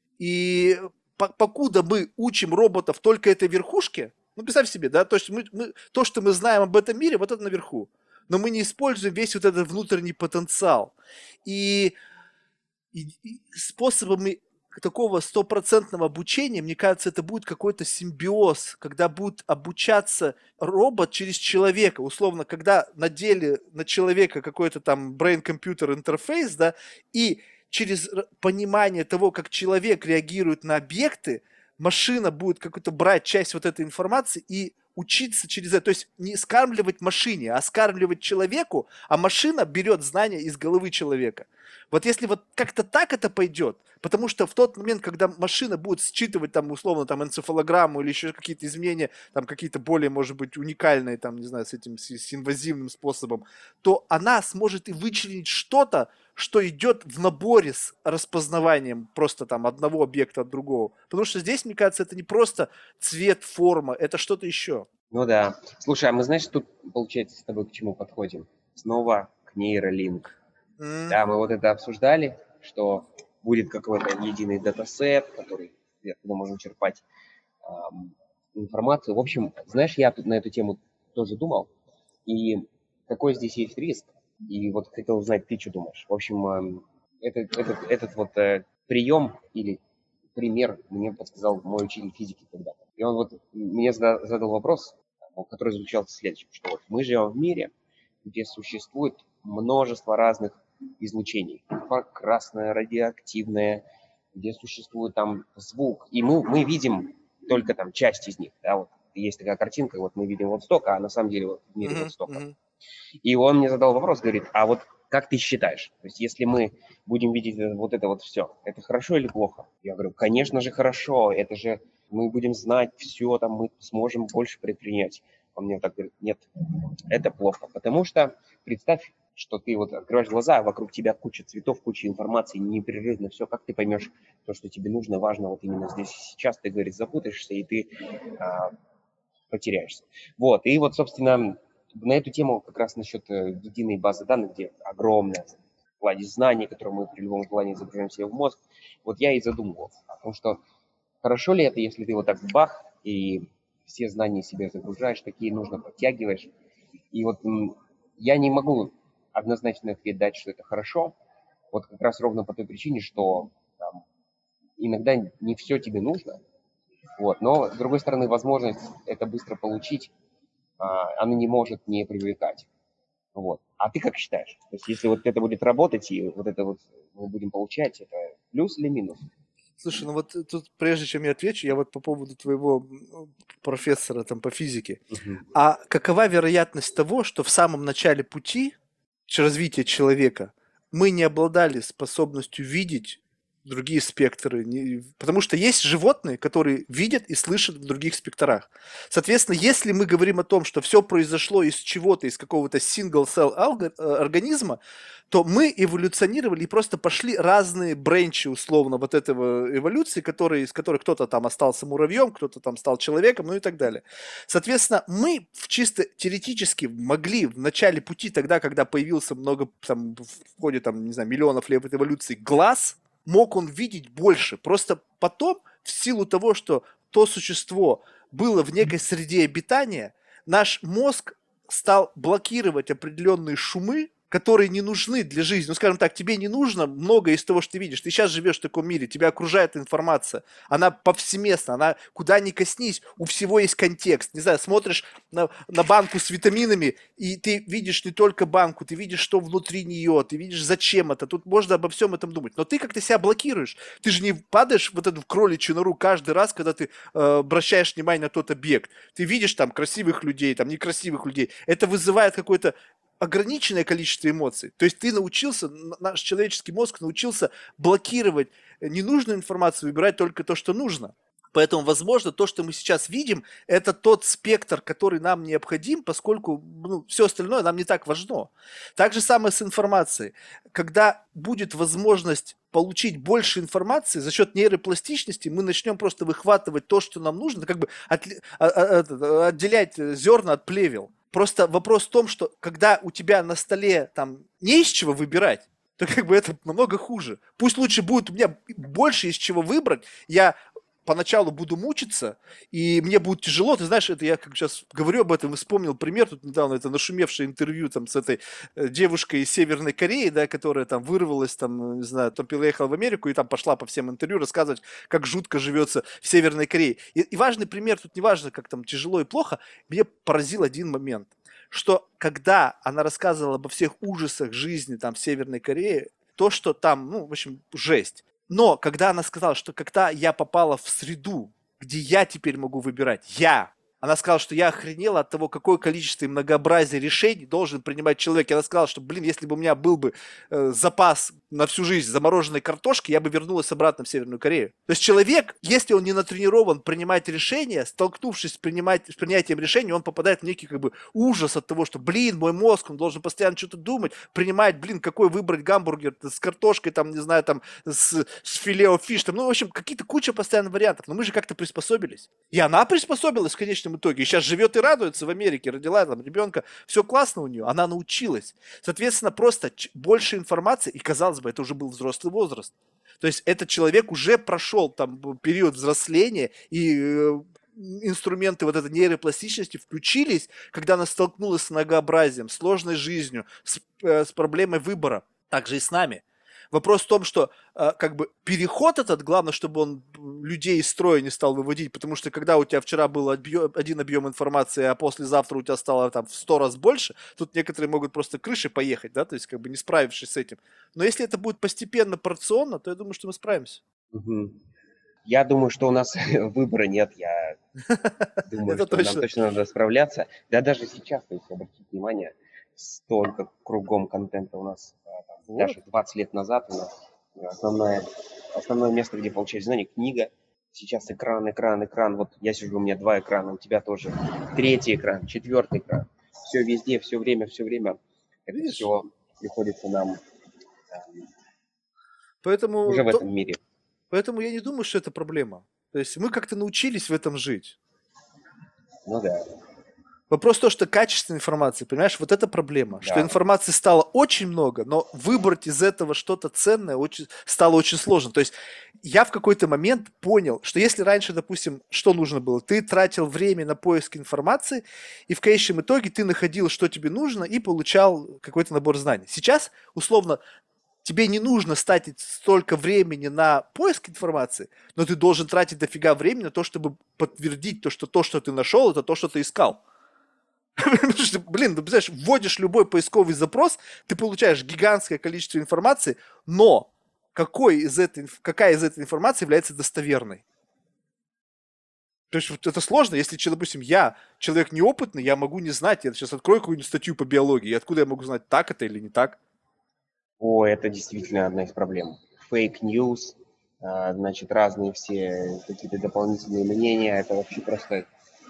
И покуда мы учим роботов только этой верхушке, ну, представь себе, да, то есть то, что мы знаем об этом мире, вот это наверху. Но мы не используем весь вот этот внутренний потенциал. И способами такого стопроцентного обучения, мне кажется, это будет какой-то симбиоз, когда будет обучаться робот через человека. Условно, когда надели на человека какой-то там brain-computer интерфейс, да, и через понимание того, как человек реагирует на объекты, машина будет какую-то брать часть вот этой информации и учиться через это. То есть не скармливать машине, а скармливать человеку, а машина берет знания из головы человека. Вот если вот как-то так это пойдет, потому что в тот момент, когда машина будет считывать там условно там энцефалограмму или еще какие-то изменения, там какие-то более, может быть, уникальные, там, не знаю, с этим, с инвазивным способом, то она сможет и вычленить что-то, что идет в наборе с распознаванием просто там одного объекта от другого. Потому что здесь, мне кажется, это не просто цвет, форма, это что-то еще. Ну да. Слушай, а мы, знаешь, тут, получается, с тобой к чему подходим? Снова к нейролинк. М, Да, мы вот это обсуждали, что будет какой-то единый датасет, который, откуда можно черпать ам, информацию. В общем, знаешь, я тут на эту тему тоже думал, и какой здесь есть риск, и вот хотел узнать, ты что думаешь. В общем, этот вот прием или пример мне подсказал мой учитель физики когда-то. И он вот мне задал вопрос, который звучал следующим, что вот мы живем в мире, где существует множество разных излучений. Инфракрасное, радиоактивное, где существует там звук. И мы видим только там часть из них. Да, вот есть такая картинка, вот мы видим вот столько, а на самом деле вот в мире вот мгм, столько. мгм. И он мне задал вопрос, говорит, а вот как ты считаешь, то есть если мы будем видеть вот это вот все, это хорошо или плохо? Я говорю, конечно же хорошо, это же мы будем знать все, там мы сможем больше предпринять. Он мне так говорит, нет, это плохо, потому что представь, что ты вот открываешь глаза, а вокруг тебя куча цветов, куча информации, непрерывно все, как ты поймешь то, что тебе нужно, важно вот именно здесь и сейчас, ты, говорит, запутаешься, и ты а, потеряешься. Вот, и вот, собственно, на эту тему как раз насчет единой базы данных, где огромная кладезь знаний, которые мы при любом желании загружаем себе в мозг, вот я и задумывался о том, что хорошо ли это, если ты вот так бах, и все знания себе загружаешь, какие нужно, подтягиваешь. И вот я не могу однозначно ответ дать, что это хорошо, вот как раз ровно по той причине, что там, иногда не все тебе нужно, вот, но, с другой стороны, возможность это быстро получить, она не может не привлекать. Вот. А ты как считаешь? То есть если вот это будет работать, и вот это вот мы будем получать, это плюс или минус? Слушай, ну вот тут, прежде чем я отвечу, я вот по поводу твоего профессора там по физике. Мгм. А какова вероятность того, что в самом начале пути развития человека мы не обладали способностью видеть другие спектры? Потому что есть животные, которые видят и слышат в других спектрах. Соответственно, если мы говорим о том, что все произошло из чего-то, из какого-то single cell организма, то мы эволюционировали и просто пошли разные бренчи, условно, вот этого эволюции, из которых кто-то там остался муравьем, кто-то там стал человеком, ну и так далее. Соответственно, мы чисто теоретически могли в начале пути, тогда, когда появился много, там, в ходе, там, не знаю, миллионов лет эволюции, глаз, мог он видеть больше. Просто потом, в силу того, что то существо было в некой среде обитания, наш мозг стал блокировать определенные шумы, которые не нужны для жизни. Ну, скажем так, тебе не нужно многое из того, что ты видишь. Ты сейчас живешь в таком мире, тебя окружает информация. Она повсеместна, она куда ни коснись, у всего есть контекст. Не знаю, смотришь на банку с витаминами, и ты видишь не только банку, ты видишь, что внутри нее, ты видишь, зачем это. Тут можно обо всем этом думать. Но ты как-то себя блокируешь. Ты же не падаешь вот эту в кроличью нору каждый раз, когда ты обращаешь внимание на тот объект. Ты видишь там красивых людей, там некрасивых людей. Это вызывает какой-то ограниченное количество эмоций. То есть ты научился, наш человеческий мозг научился блокировать ненужную информацию, выбирать только то, что нужно. Поэтому, возможно, то, что мы сейчас видим, это тот спектр, который нам необходим, поскольку все остальное нам не так важно. Так же самое с информацией. Когда будет возможность получить больше информации за счет нейропластичности, мы начнем просто выхватывать то, что нам нужно, как бы отделять зерна от плевел. Просто вопрос в том, что когда у тебя на столе там не из чего выбирать, то как бы это намного хуже. Пусть лучше будет у меня больше из чего выбрать, я поначалу буду мучиться, и мне будет тяжело. Ты знаешь, это я как сейчас говорю об этом и вспомнил пример тут недавно, это нашумевшее интервью там с этой девушкой из Северной Кореи, да, которая там вырвалась, там, не знаю, там переехала в Америку и там пошла по всем интервью рассказывать, как жутко живется в Северной Корее. И важный пример, тут не важно, как там тяжело и плохо, меня поразил один момент, что когда она рассказывала обо всех ужасах жизни там в Северной Корее, то, что там, ну, в общем, жесть. Но когда она сказала, что когда я попала в среду, где я теперь могу выбирать, она сказала, что я охренела от того, какое количество и многообразие решений должен принимать человек. И она сказала, что, блин, если бы у меня был бы запас на всю жизнь замороженной картошки, я бы вернулась обратно в Северную Корею. То есть человек, если он не натренирован принимать решения, столкнувшись с принятием решений, он попадает в некий как бы ужас от того, что, блин, мой мозг, он должен постоянно что-то думать, принимать, блин, какой выбрать гамбургер с картошкой, там, не знаю, там, с филео-фиш, там, ну, в общем, какие-то куча постоянно вариантов. Но мы же как-то приспособились. И она приспособилась в конечном итоге. И сейчас живет и радуется в Америке, родила там ребенка. Все классно у нее, она научилась. Соответственно, просто больше информации, и, казалось бы, это уже был взрослый возраст. То есть этот человек уже прошел там период взросления, и инструменты вот этой нейропластичности включились, когда она столкнулась с многообразием, сложной жизнью, с проблемой выбора. Так же и с нами. Вопрос в том, что как бы переход этот, главное, чтобы он людей из строя не стал выводить, потому что когда у тебя вчера был один объем информации, а послезавтра у тебя стало там в 100 раз больше, тут некоторые могут просто крышей поехать, да, то есть как бы не справившись с этим. Но если это будет постепенно, порционно, то я думаю, что мы справимся. Я думаю, что у нас выбора нет. Я думаю, Это что нам точно. точно надо справляться. Да даже сейчас, то есть обратите внимание, столько кругом контента у нас. Вот. Даже 20 лет назад у нас основное место, где получать знания, книга. Сейчас экран. Вот я сижу, у меня 2 экрана, у тебя тоже 3-й экран, 4-й экран. Все везде, все время. Это Видишь? все приходится нам Поэтому, уже в этом мире. поэтому я не думаю, что это проблема. То есть мы как-то научились в этом жить. Ну да. Вопрос в том, что качественной информации, понимаешь, вот это проблема. Что Да. информации стало очень много, но выбрать из этого что-то ценное стало очень сложно. То есть я в какой-то момент понял, что если раньше, допустим, что нужно было? Ты тратил время на поиск информации, и в конечном итоге ты находил, что тебе нужно, и получал какой-то набор знаний. Сейчас, условно, тебе не нужно тратить столько времени на поиск информации, но ты должен тратить дофига времени на то, чтобы подтвердить то, что ты нашел, это то, что ты искал. Блин, ты представляешь, вводишь любой поисковый запрос, ты получаешь гигантское количество информации, но какая из этой информации является достоверной? То есть вот это сложно, если, допустим, я человек неопытный, я могу не знать, я сейчас открою какую-нибудь статью по биологии, и откуда я могу знать, так это или не так? Это действительно одна из проблем. Фейк-ньюс, значит, разные все какие-то дополнительные мнения, это вообще просто,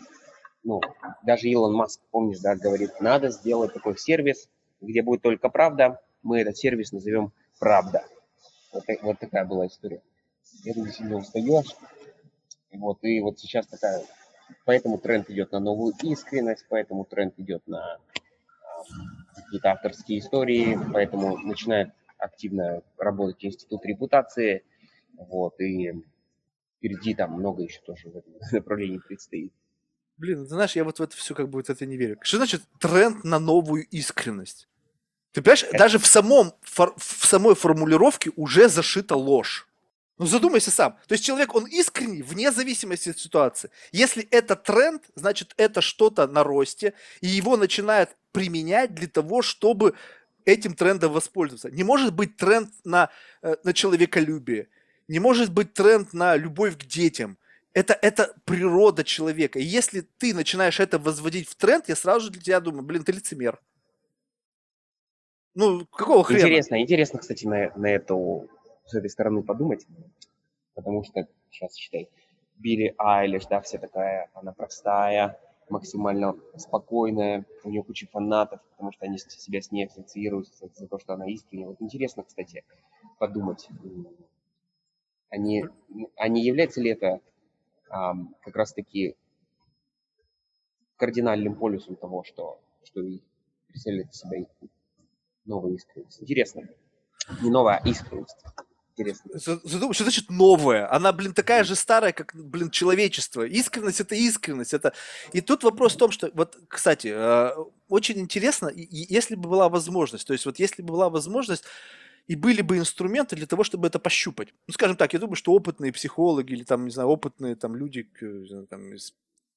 даже Илон Маск, помнишь, да, говорит, надо сделать такой сервис, где будет только правда, мы этот сервис назовем «Правда». Вот такая была история. Это действительно устаешь, и вот сейчас такая, поэтому тренд идет на новую искренность, поэтому тренд идет на какие-то авторские истории, поэтому начинает активно работать институт репутации, и впереди там много еще тоже в этом направлении предстоит. Блин, ты знаешь, я вот в это все как бы вот это не верю. Что значит тренд на новую искренность? Ты понимаешь, даже в самой формулировке уже зашита ложь. Ну задумайся сам. То есть человек, он искренний вне зависимости от ситуации. Если это тренд, значит это что-то на росте, и его начинают применять для того, чтобы этим трендом воспользоваться. Не может быть тренд на человеколюбие, не может быть тренд на любовь к детям. Это природа человека. И если ты начинаешь это возводить в тренд, я сразу же для тебя думаю, блин, ты лицемер. Ну, какого хрена? Интересно, кстати, на эту, с этой стороны подумать, потому что, сейчас считай, Билли Айлиш, да, вся такая, она простая, максимально спокойная, у нее куча фанатов, потому что они себя с ней ассоциируют за то, что она искренняя. Вот интересно, кстати, подумать, а не является ли это как раз-таки кардинальным полюсом того, что и представляет из себя новая искренность. Интересно. Не новая, а искренность. Интересно. Задумай, что значит новая? Она, блин, такая же старая, как, блин, человечество. Искренность – это искренность. И тут вопрос в том, что, вот, кстати, очень интересно, если бы была возможность, то есть вот если бы была возможность, и были бы инструменты для того, чтобы это пощупать. Ну, скажем так, я думаю, что опытные психологи или там, не знаю, опытные там люди там, из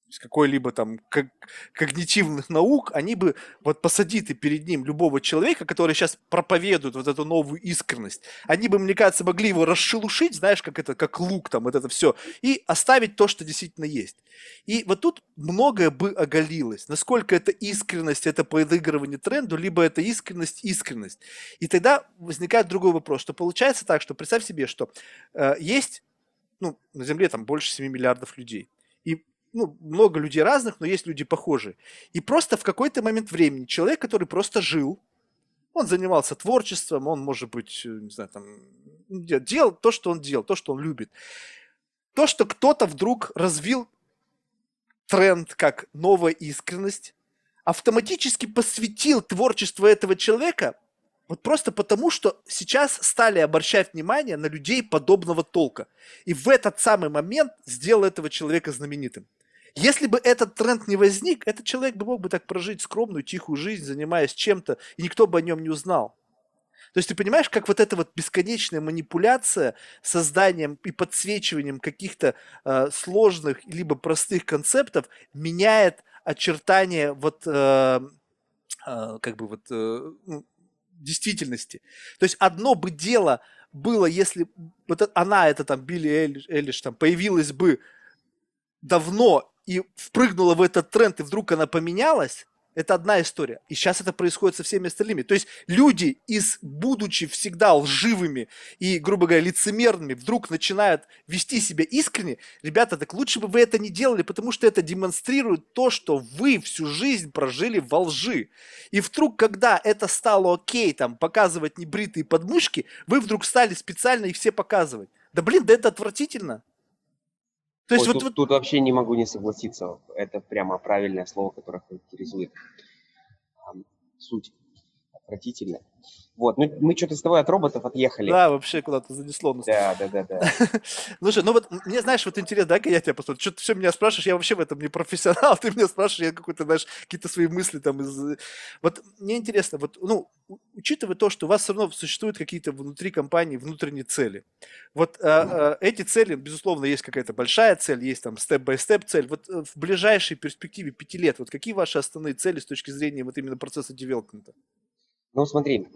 из какой-либо там когнитивных наук, они бы, вот посади ты перед ним любого человека, который сейчас проповедует вот эту новую искренность, они бы, мне кажется, могли его расшелушить, знаешь, как это, как лук там, вот это все, и оставить то, что действительно есть. И вот тут многое бы оголилось. Насколько это искренность, это подыгрывание тренду, либо это искренность. И тогда возникает другой вопрос, что получается так, что представь себе, что есть, ну, на Земле там больше 7 миллиардов людей. И ну, много людей разных, но есть люди похожие. И просто в какой-то момент времени человек, который просто жил, он занимался творчеством, он, может быть, не знаю, там, делал то, что он делал, то, что он любит. То, что кто-то вдруг развил тренд как новая искренность, автоматически посвятил творчество этого человека вот просто потому, что сейчас стали обращать внимание на людей подобного толка. И в этот самый момент сделал этого человека знаменитым. Если бы этот тренд не возник, этот человек бы мог бы так прожить скромную, тихую жизнь, занимаясь чем-то, и никто бы о нем не узнал. То есть ты понимаешь, как вот эта вот бесконечная манипуляция созданием и подсвечиванием каких-то сложных либо простых концептов меняет очертания вот как бы вот ну, действительности. То есть одно бы дело было, если вот она, это там Билли Эллиш, там появилась бы давно и впрыгнула в этот тренд, и вдруг она поменялась, это одна история. И сейчас это происходит со всеми остальными. То есть люди, будучи всегда лживыми и, грубо говоря, лицемерными, вдруг начинают вести себя искренне. Ребята, так лучше бы вы это не делали, потому что это демонстрирует то, что вы всю жизнь прожили во лжи. И вдруг, когда это стало окей, там, показывать небритые подмышки, вы вдруг стали специально их все показывать. Да блин, да это отвратительно. То есть Ой, вот, тут вообще не могу не согласиться. Это прямо правильное слово, которое характеризует суть. Отвратительно. Вот, ну мы что-то с тобой от роботов отъехали. да, вообще куда-то занесло нас. Да. Слушай, ну вот мне, знаешь, вот интересно, да, я тебя посмотрю, что ты все меня спрашиваешь, я вообще в этом не профессионал, ты меня спрашиваешь, я какой-то, знаешь, какие-то свои мысли там из... Вот мне интересно, вот, ну, учитывая то, что у вас все равно существуют какие-то внутри компании внутренние цели, вот эти цели, безусловно, есть какая-то большая цель, есть там степ-бай-степ цель, вот в ближайшей перспективе 5 лет, вот какие ваши основные цели с точки зрения вот именно процесса девелопмента? Ну смотри,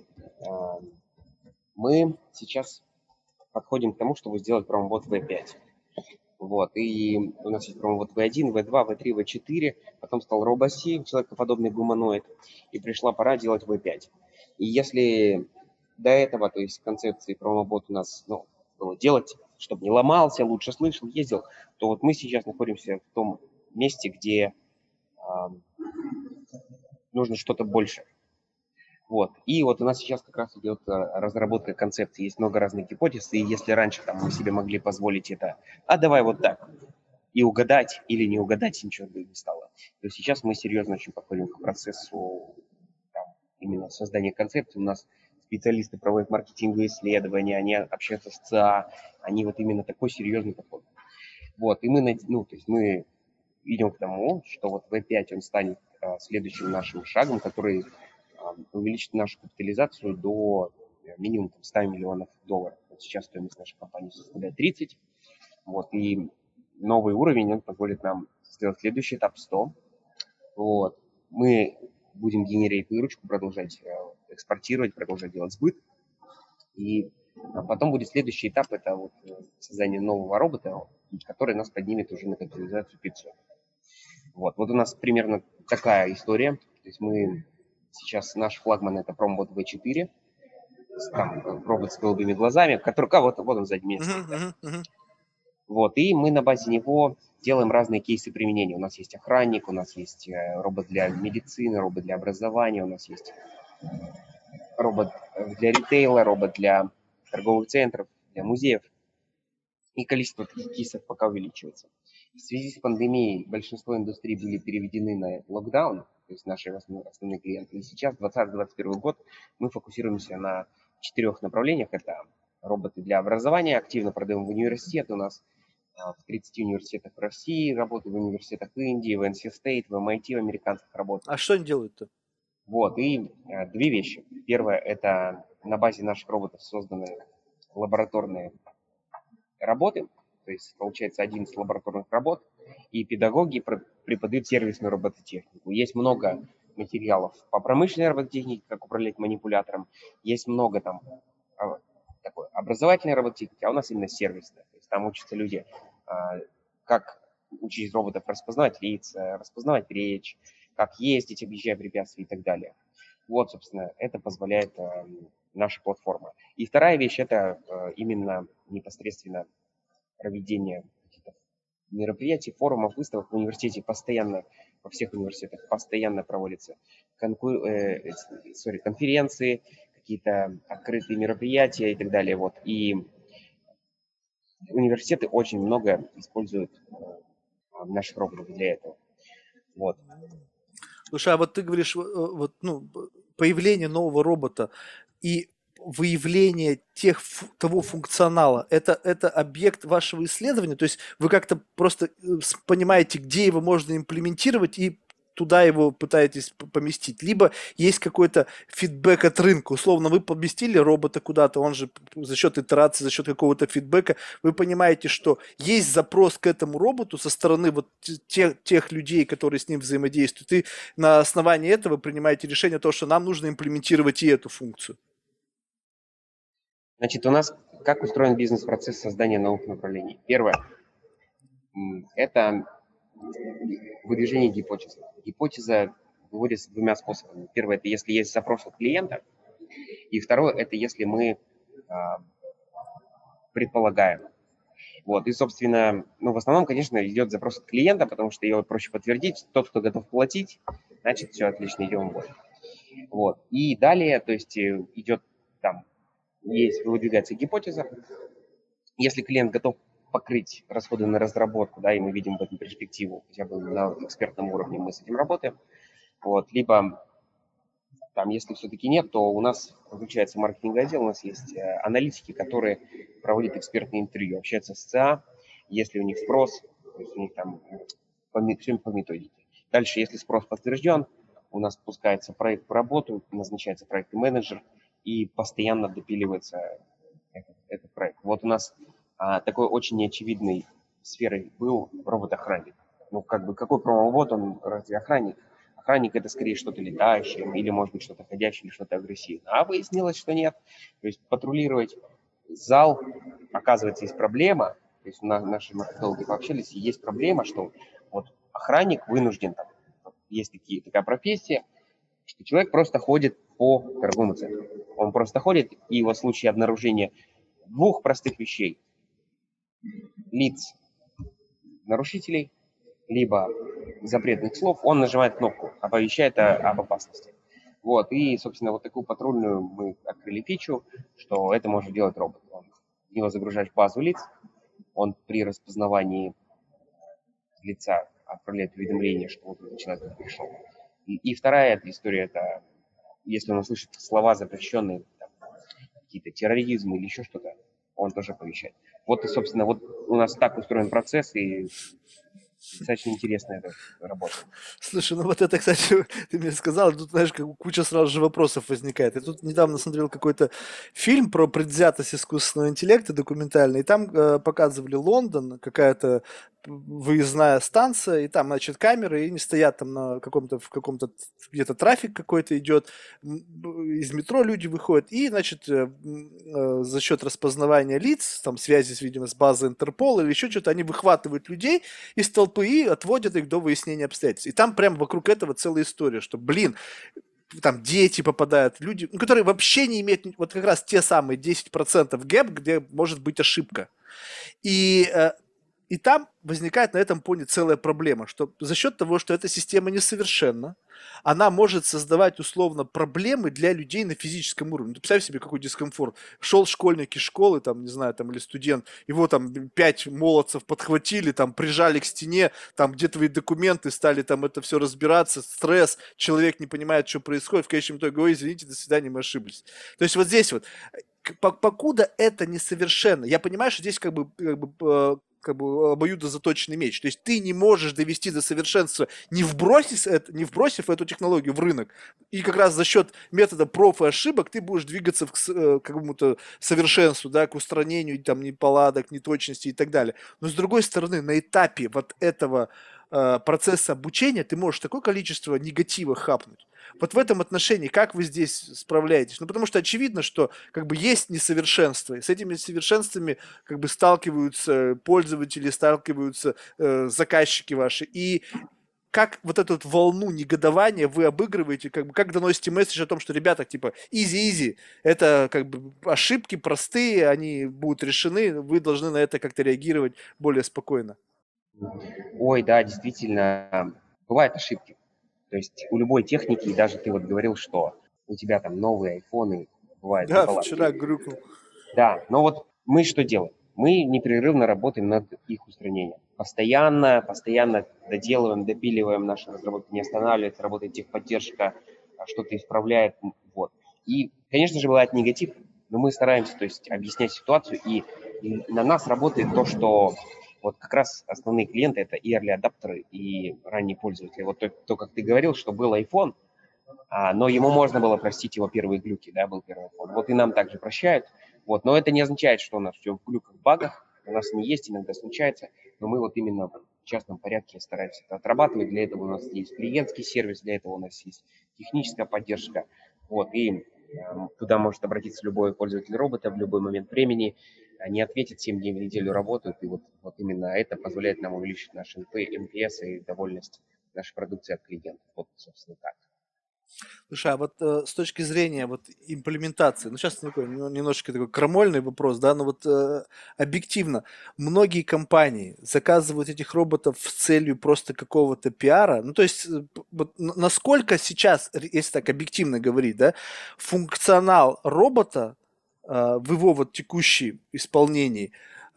мы сейчас подходим к тому, чтобы сделать промовод V5. Вот, и у нас есть промовод V1, V2, V3, V4, потом стал RoboC, человекоподобный гуманоид, и пришла пора делать V5. И если до этого, то есть концепции промобот у нас было делать, чтобы не ломался, лучше слышал, ездил, то вот мы сейчас находимся в том месте, где нужно что-то больше. Вот. И вот у нас сейчас как раз идет разработка концепции. Есть много разных гипотез, и если раньше там, мы себе могли позволить это, давай вот так, и угадать или не угадать, ничего бы не стало, то сейчас мы серьезно очень подходим к процессу там, именно создания концепции. У нас специалисты проводят маркетинговые исследования, они общаются с ЦА, они вот именно такой серьезный подход. Вот, и мы, то есть мы идем к тому, что вот V5 он станет следующим нашим шагом, который увеличит нашу капитализацию до минимум $100 миллионов. Вот сейчас стоимость нашей компании составляет 30. Вот, и новый уровень, он позволит нам сделать следующий этап 100. Вот. Мы будем генерить выручку, продолжать экспортировать, продолжать делать сбыт. И потом будет следующий этап, это вот создание нового робота, который нас поднимет уже на капитализацию 500. Вот у нас примерно такая история. То есть мы сейчас, наш флагман это промбот V4, там робот с голубыми глазами, который, вот он сзади меня стоит. Вот, и мы на базе него делаем разные кейсы применения. У нас есть охранник, у нас есть робот для медицины, робот для образования, у нас есть робот для ритейла, робот для торговых центров, для музеев. И количество таких кейсов пока увеличивается. В связи с пандемией большинство индустрий были переведены на локдаун, то есть наши основные клиенты. И сейчас, 2020-2021 год, мы фокусируемся на 4 направлениях. Это роботы для образования, активно продаем в университеты. У нас в 30 университетах в России работаю, в университетах в Индии, в NC State, в MIT, в американских работаю. А что они делают-то? Вот, и две вещи. Первое, это на базе наших роботов созданы лабораторные работы, то есть получается 11 лабораторных работ, И педагоги преподают сервисную робототехнику. Есть много материалов по промышленной робототехнике, как управлять манипулятором. Есть много там такой образовательной робототехники, а у нас именно сервисная. То есть там учатся люди, как учить роботов распознавать лица, распознавать речь, как ездить, объезжая препятствия и так далее. Вот, собственно, это позволяет наша платформа. И вторая вещь – это именно непосредственно проведение каких-то мероприятий, форумов, выставок в университете постоянно, во всех университетах постоянно проводятся конференции, какие-то открытые мероприятия и так далее. Вот. И университеты очень много используют наших роботов для этого. Вот. Слушай, а вот ты говоришь, вот, ну, появление нового робота и выявление того функционала, это объект вашего исследования? То есть вы как-то просто понимаете, где его можно имплементировать и туда его пытаетесь поместить? Либо есть какой-то фидбэк от рынка. Условно, вы поместили робота куда-то, он же за счет итерации, за счет какого-то фидбэка, вы понимаете, что есть запрос к этому роботу со стороны вот тех людей, которые с ним взаимодействуют, и на основании этого принимаете решение то, что нам нужно имплементировать и эту функцию. Значит, у нас как устроен бизнес-процесс создания новых направлений? Первое – это выдвижение гипотезы. Гипотеза выводится двумя способами. Первое – это если есть запрос от клиента, и второе – это если мы предполагаем. Вот. И, собственно, в основном, конечно, идет запрос от клиента, потому что его проще подтвердить. Тот, кто готов платить, значит, все отлично, идем в бой. Вот. И далее, то есть идет там, выдвигается гипотеза. Если клиент готов покрыть расходы на разработку, да, и мы видим в этом перспективу, хотя бы на экспертном уровне мы с этим работаем, вот, либо там, если все-таки нет, то у нас включается маркетинговый отдел, у нас есть аналитики, которые проводят экспертные интервью, общаются с ЦА, если у них спрос, то есть у них там все по методике. Дальше, если спрос подтвержден, у нас пускается проект в работу, назначается проектный менеджер и постоянно допиливается этот проект. Вот у нас такой очень неочевидной сферой был робот-охранник. Ну, как бы, какой промовод, он разве охранник? Охранник – это скорее что-то летающее, или, может быть, что-то ходящее, или что-то агрессивное. А выяснилось, что нет. То есть патрулировать зал, оказывается, есть проблема. То есть наши маркетологи пообщались, и есть проблема, что вот охранник вынужден, там, есть такая профессия, что человек просто ходит по торговому центру. Он просто ходит, и в случае обнаружения двух простых вещей – лиц нарушителей, либо запретных слов, он нажимает кнопку, оповещает об опасности. Вот, и, собственно, вот такую патрульную мы открыли фичу, что это может делать робот. В него загружаешь базу лиц, он при распознавании лица отправляет уведомление, что вот этот человек пришел. И вторая история – это если он услышит слова запрещенные, там, какие-то терроризм или еще что-то, он тоже оповещает. Вот и, собственно, вот у нас так устроен процесс, и достаточно интересная эта работа. Слушай, ну вот это, кстати, ты мне сказал, тут, знаешь, куча сразу же вопросов возникает. Я тут недавно смотрел какой-то фильм про предвзятость искусственного интеллекта документальный, и там показывали Лондон, какая-то выездная станция, и там, значит, камеры, и они стоят там в каком-то, где-то трафик какой-то идет, из метро люди выходят, и, значит, за счет распознавания лиц, там, связи, видимо, с базой Интерпола или еще что-то, они выхватывают людей из толпы и отводят их до выяснения обстоятельств. И там прям вокруг этого целая история, что, блин, там дети попадают, люди, которые вообще не имеют, вот как раз те самые 10% гэп, где может быть ошибка. И там возникает на этом фоне целая проблема, что за счет того, что эта система несовершенна, она может создавать условно проблемы для людей на физическом уровне. Ты представь себе, какой дискомфорт. Шел школьник из школы, там, не знаю, там, или студент, его там 5 молодцев подхватили, там, прижали к стене, там, где твои документы, стали там это все разбираться, стресс, человек не понимает, что происходит, в конечном итоге, ой, извините, до свидания, мы ошиблись. То есть вот здесь вот, покуда это несовершенно, я понимаю, что здесь как бы как бы обоюдозаточный меч. То есть ты не можешь довести до совершенства, не вбросив эту технологию в рынок. И как раз за счет метода проб и ошибок ты будешь двигаться к какому-то совершенству, да, к устранению там неполадок, неточностей и так далее. Но с другой стороны, на этапе вот этого процесса обучения ты можешь такое количество негатива хапнуть. Вот в этом отношении как вы здесь справляетесь? Ну, потому что очевидно, что как бы есть несовершенства, и с этими несовершенствами как бы сталкиваются пользователи, сталкиваются заказчики ваши. И как вот эту вот волну негодования вы обыгрываете, как бы как доносите месседж о том, что ребята, типа, изи-изи, это как бы ошибки простые, они будут решены, вы должны на это как-то реагировать более спокойно. Ой, да, действительно, бывают ошибки. То есть у любой техники, и даже ты вот говорил, что у тебя там новые айфоны, бывают Да, неполадки. вчера грюкнул. Да, но вот мы что делаем? Мы непрерывно работаем над их устранением. Постоянно доделываем, допиливаем, наши разработки не останавливаются, работает техподдержка, что-то исправляет. Вот. И, конечно же, бывает негатив, но мы стараемся, то есть, объяснять ситуацию, и на нас работает то, что вот как раз основные клиенты – это и early адаптеры, и ранние пользователи. Вот то, как ты говорил, что был iPhone, но ему можно было простить его первые глюки, да, был первый iPhone. Вот и нам также прощают. Вот, но это не означает, что у нас все в глюках, багах. У нас не есть, иногда случается, но мы вот именно в частном порядке стараемся это отрабатывать. Для этого у нас есть клиентский сервис, для этого у нас есть техническая поддержка. Вот, и туда может обратиться любой пользователь робота в любой момент времени. Они ответят 7 дней в неделю работают, и вот именно это позволяет нам увеличить наш NPS и довольность нашей продукции от клиентов. Вот, собственно, так. Слушай, а вот с точки зрения вот имплементации, ну сейчас такой немножечко такой крамольный вопрос, да, но вот объективно, многие компании заказывают этих роботов с целью просто какого-то пиара, ну то есть вот насколько сейчас, если так объективно говорить, да, функционал робота в его вот текущем исполнении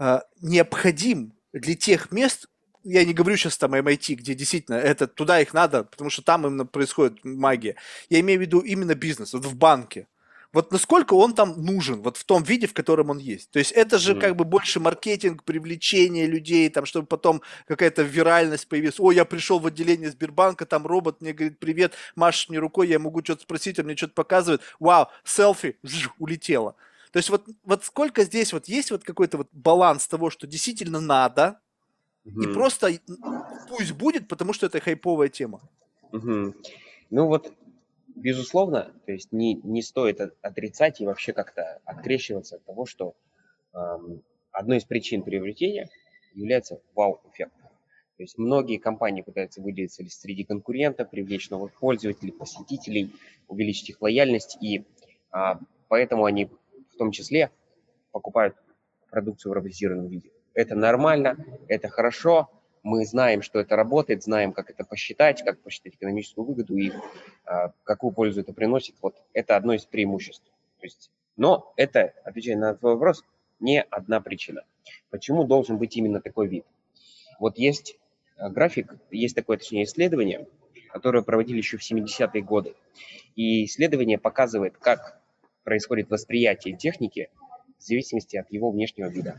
необходим для тех мест, я не говорю сейчас там MIT, где действительно это туда их надо, потому что там именно происходит магия. Я имею в виду именно бизнес, вот в банке. Вот насколько он там нужен, вот в том виде, в котором он есть. То есть это же как бы больше маркетинг, привлечение людей, там, чтобы потом какая-то виральность появилась. О, я пришел в отделение Сбербанка, там робот мне говорит, привет, машет мне рукой, я могу что-то спросить, он мне что-то показывает. Вау, селфи, улетело. То есть вот сколько здесь вот есть вот какой-то вот баланс того, что действительно надо, и Мгм. просто пусть будет, потому что это хайповая тема. Мгм. Ну вот, безусловно, то есть не стоит отрицать и вообще как-то открещиваться от того, что одной из причин приобретения является вау-эффект. То есть многие компании пытаются выделиться среди конкурентов, привлечь новых пользователей, посетителей, увеличить их лояльность, и поэтому они в том числе покупают продукцию в роботизированном виде. Это нормально, это хорошо, мы знаем, что это работает, знаем, как это посчитать, как посчитать экономическую выгоду и какую пользу это приносит. Вот это одно из преимуществ. То есть, но это, отвечая на твой вопрос, не одна причина. Почему должен быть именно такой вид? Вот есть график, есть такое, точнее, исследование, которое проводили еще в 70-е годы. И исследование показывает, как происходит восприятие техники в зависимости от его внешнего вида.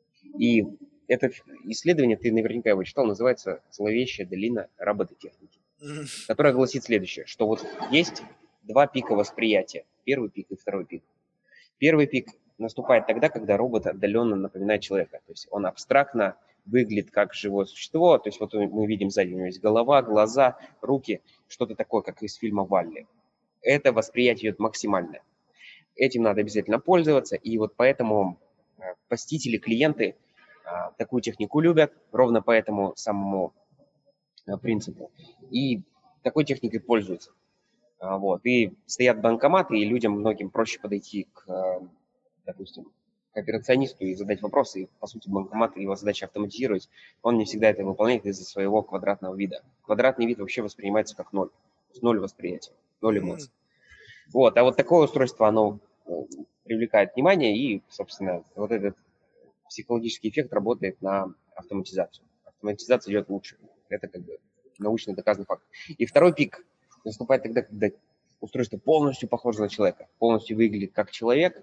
И это исследование, ты наверняка его читал, называется «Зловещая долина робототехники», которая гласит следующее, что вот есть два пика восприятия, первый пик и второй пик. Первый пик наступает тогда, когда робот отдаленно напоминает человека, то есть он абстрактно выглядит как живое существо, то есть вот мы видим сзади у него есть голова, глаза, руки, что-то такое, как из фильма «Валли». Это восприятие идет максимальное. Этим надо обязательно пользоваться, и вот поэтому посетители, клиенты такую технику любят, ровно по этому самому принципу. И такой техникой пользуются. Вот. И стоят банкоматы, и людям многим проще подойти к, допустим, к операционисту и задать вопросы. И, по сути, банкомат, его задача автоматизировать, он не всегда это выполняет из-за своего квадратного вида. Квадратный вид вообще воспринимается как ноль. То есть ноль восприятия, ноль эмоций. Вот. А вот такое устройство, оно привлекает внимание, и, собственно, вот этот психологический эффект работает на автоматизацию. Автоматизация идет лучше. Это как бы научно доказанный факт. И второй пик наступает тогда, когда устройство полностью похоже на человека, полностью выглядит как человек,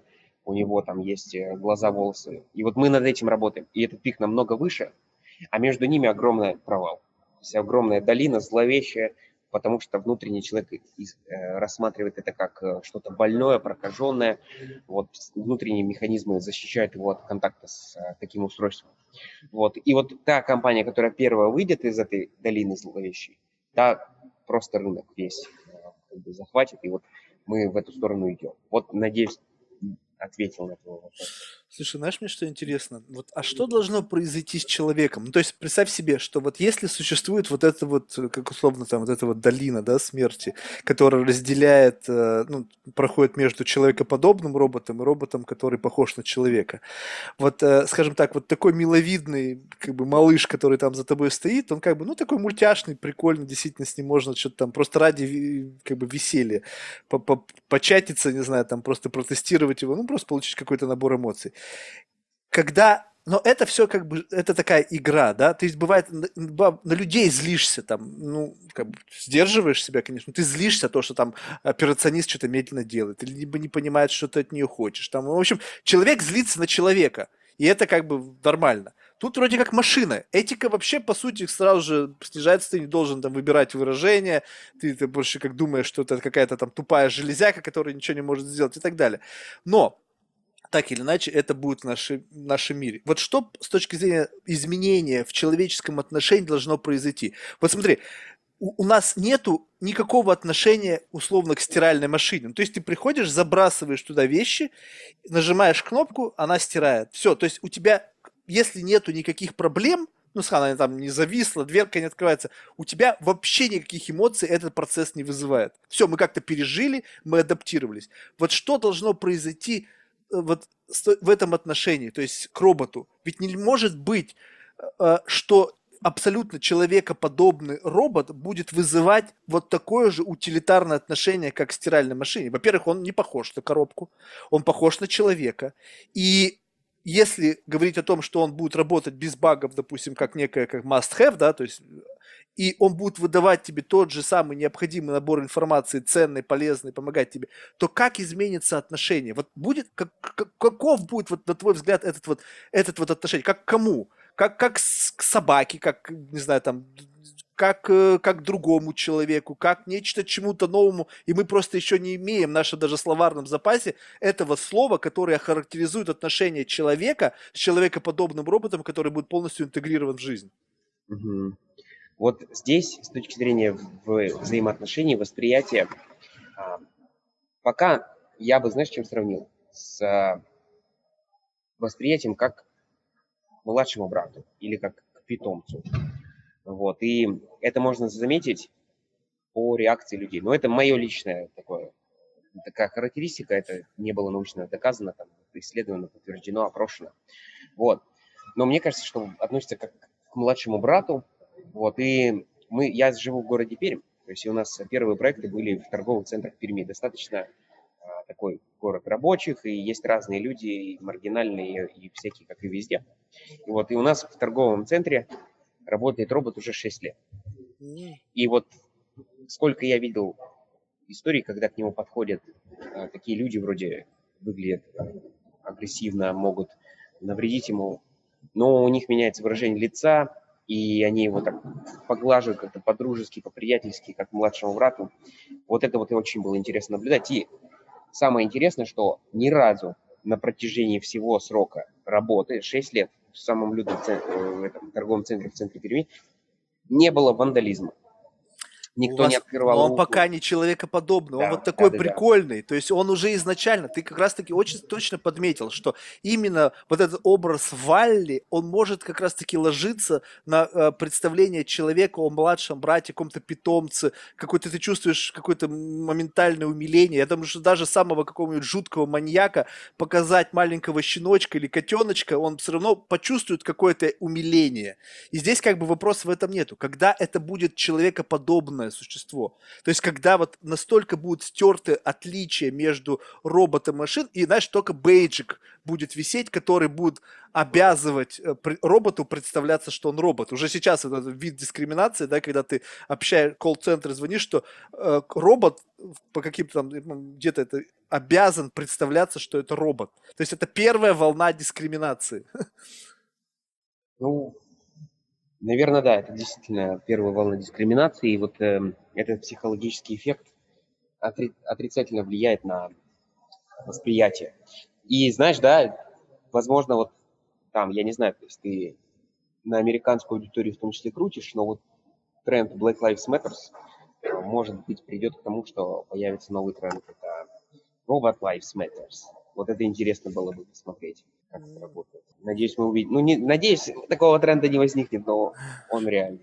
у него там есть глаза, волосы. И вот мы над этим работаем. И этот пик намного выше, а между ними огромный провал. То есть огромная долина, зловещая, потому что внутренний человек рассматривает это как что-то больное, прокаженное. Вот внутренние механизмы защищают его от контакта с таким устройством. Вот. И вот та компания, которая первая выйдет из этой долины зловещей, та просто рынок весь как бы захватит, и вот мы в эту сторону идем. Вот, надеюсь, ответил на твой вопрос. Слушай, знаешь, мне что интересно? Вот, а что должно произойти с человеком? Ну, то есть, представь себе, что вот если существует вот это вот, как условно там, вот эта вот долина, да, смерти, которая разделяет, ну, проходит между человекоподобным роботом и роботом, который похож на человека. Вот, скажем так, вот такой миловидный, как бы, малыш, который там за тобой стоит, он как бы, ну, такой мультяшный, прикольный, действительно, с ним можно что-то там просто ради, как бы, веселья початиться, не знаю, там просто протестировать его, ну, просто получить какой-то набор эмоций. Но это все как бы, это такая игра, да, то есть бывает, на людей злишься там, ну, как бы сдерживаешь себя, конечно, ты злишься то, что там операционист что-то медленно делает, или либо не понимает, что ты от нее хочешь, там, в общем, человек злится на человека, и это как бы нормально. Тут вроде как машина. Этика вообще, по сути, сразу же снижается, ты не должен там выбирать выражения, ты больше как думаешь, что это какая-то там тупая железяка, которая ничего не может сделать и так далее. Но так или иначе, это будет в нашем мире. Вот что с точки зрения изменения в человеческом отношении должно произойти? Вот смотри, у нас нету никакого отношения условно к стиральной машине. Ну, то есть ты приходишь, забрасываешь туда вещи, нажимаешь кнопку, она стирает. Все, то есть у тебя, если нету никаких проблем, ну, она там не зависла, дверка не открывается, у тебя вообще никаких эмоций этот процесс не вызывает. Все, мы как-то пережили, мы адаптировались. Вот что должно произойти вот в этом отношении, то есть к роботу? Ведь не может быть, что абсолютно человекоподобный робот будет вызывать вот такое же утилитарное отношение, как к стиральной машине. Во-первых, он не похож на коробку, он похож на человека. И если говорить о том, что он будет работать без багов, допустим, как некое как must-have, да, то есть и он будет выдавать тебе тот же самый необходимый набор информации, ценный, полезный, помогать тебе, то как изменится отношение? Вот будет, каков будет, вот, на твой взгляд, этот вот отношение? Как к кому? Как к собаке, как, не знаю, там, как к другому человеку, как нечто чему-то новому, и мы просто еще не имеем в нашем даже словарном запасе этого слова, которое охарактеризует отношение человека с человекоподобным роботом, который будет полностью интегрирован в жизнь. Угу. Вот здесь, с точки зрения взаимоотношений, восприятия, пока я бы, знаешь, чем сравнил? С восприятием как к младшему брату или как к питомцу. Вот. И это можно заметить по реакции людей. Но это мое личное такая характеристика, это не было научно доказано, там, исследовано, подтверждено, опрошено. Вот. Но мне кажется, что относится как к младшему брату. Вот. И я живу в городе Пермь, то есть у нас первые проекты были в торговых центрах Перми. Достаточно такой город рабочих, и есть разные люди, и маргинальные, и всякие, как и везде. И вот и у нас в торговом центре работает робот уже 6 лет. И вот сколько я видел историй, когда к нему подходят такие люди, вроде выглядят агрессивно, могут навредить ему, но у них меняется выражение лица, и они его так поглаживают как-то по-дружески, по-приятельски, как младшему брату. Вот это вот и очень было интересно наблюдать. И самое интересное, что ни разу на протяжении всего срока работы, 6 лет в самом людном в этом торговом центре в центре Перми, не было вандализма. Никто не открывал но он руку. пока не человекоподобный, Да, он вот такой да. прикольный. То есть он уже изначально, ты как раз-таки очень точно подметил, что именно вот этот образ Валли, он может как раз-таки ложиться на представление человека о младшем брате, каком-то питомце, какой-то ты чувствуешь какое-то моментальное умиление. Я думаю, что даже самого какого-нибудь жуткого маньяка показать маленького щеночка или котеночка, он все равно почувствует какое-то умиление. И здесь как бы вопроса в этом нету. Когда это будет человекоподобное разумное существо. То есть, когда вот настолько будут стерты отличия между роботом и машин, и, знаешь, только бейджик будет висеть, который будет обязывать роботу представляться, что он робот. Уже сейчас это вид дискриминации, да, когда ты общаешь, колл-центр звонишь, что робот по каким-то там, где-то это обязан представляться, что это робот. То есть это первая волна дискриминации. Ну, наверное, да, это действительно первая волна дискриминации, и вот этот психологический эффект отрицательно влияет на восприятие. И знаешь, да, возможно, вот там, я не знаю, то есть ты на американскую аудиторию в том числе крутишь, но вот тренд Black Lives Matter, может быть, придет к тому, что появится новый тренд, это Robot Lives Matters. Вот это интересно было бы посмотреть, как это работает. Надеюсь, мы увидим. Ну, надеюсь, такого тренда не возникнет, но он реальный.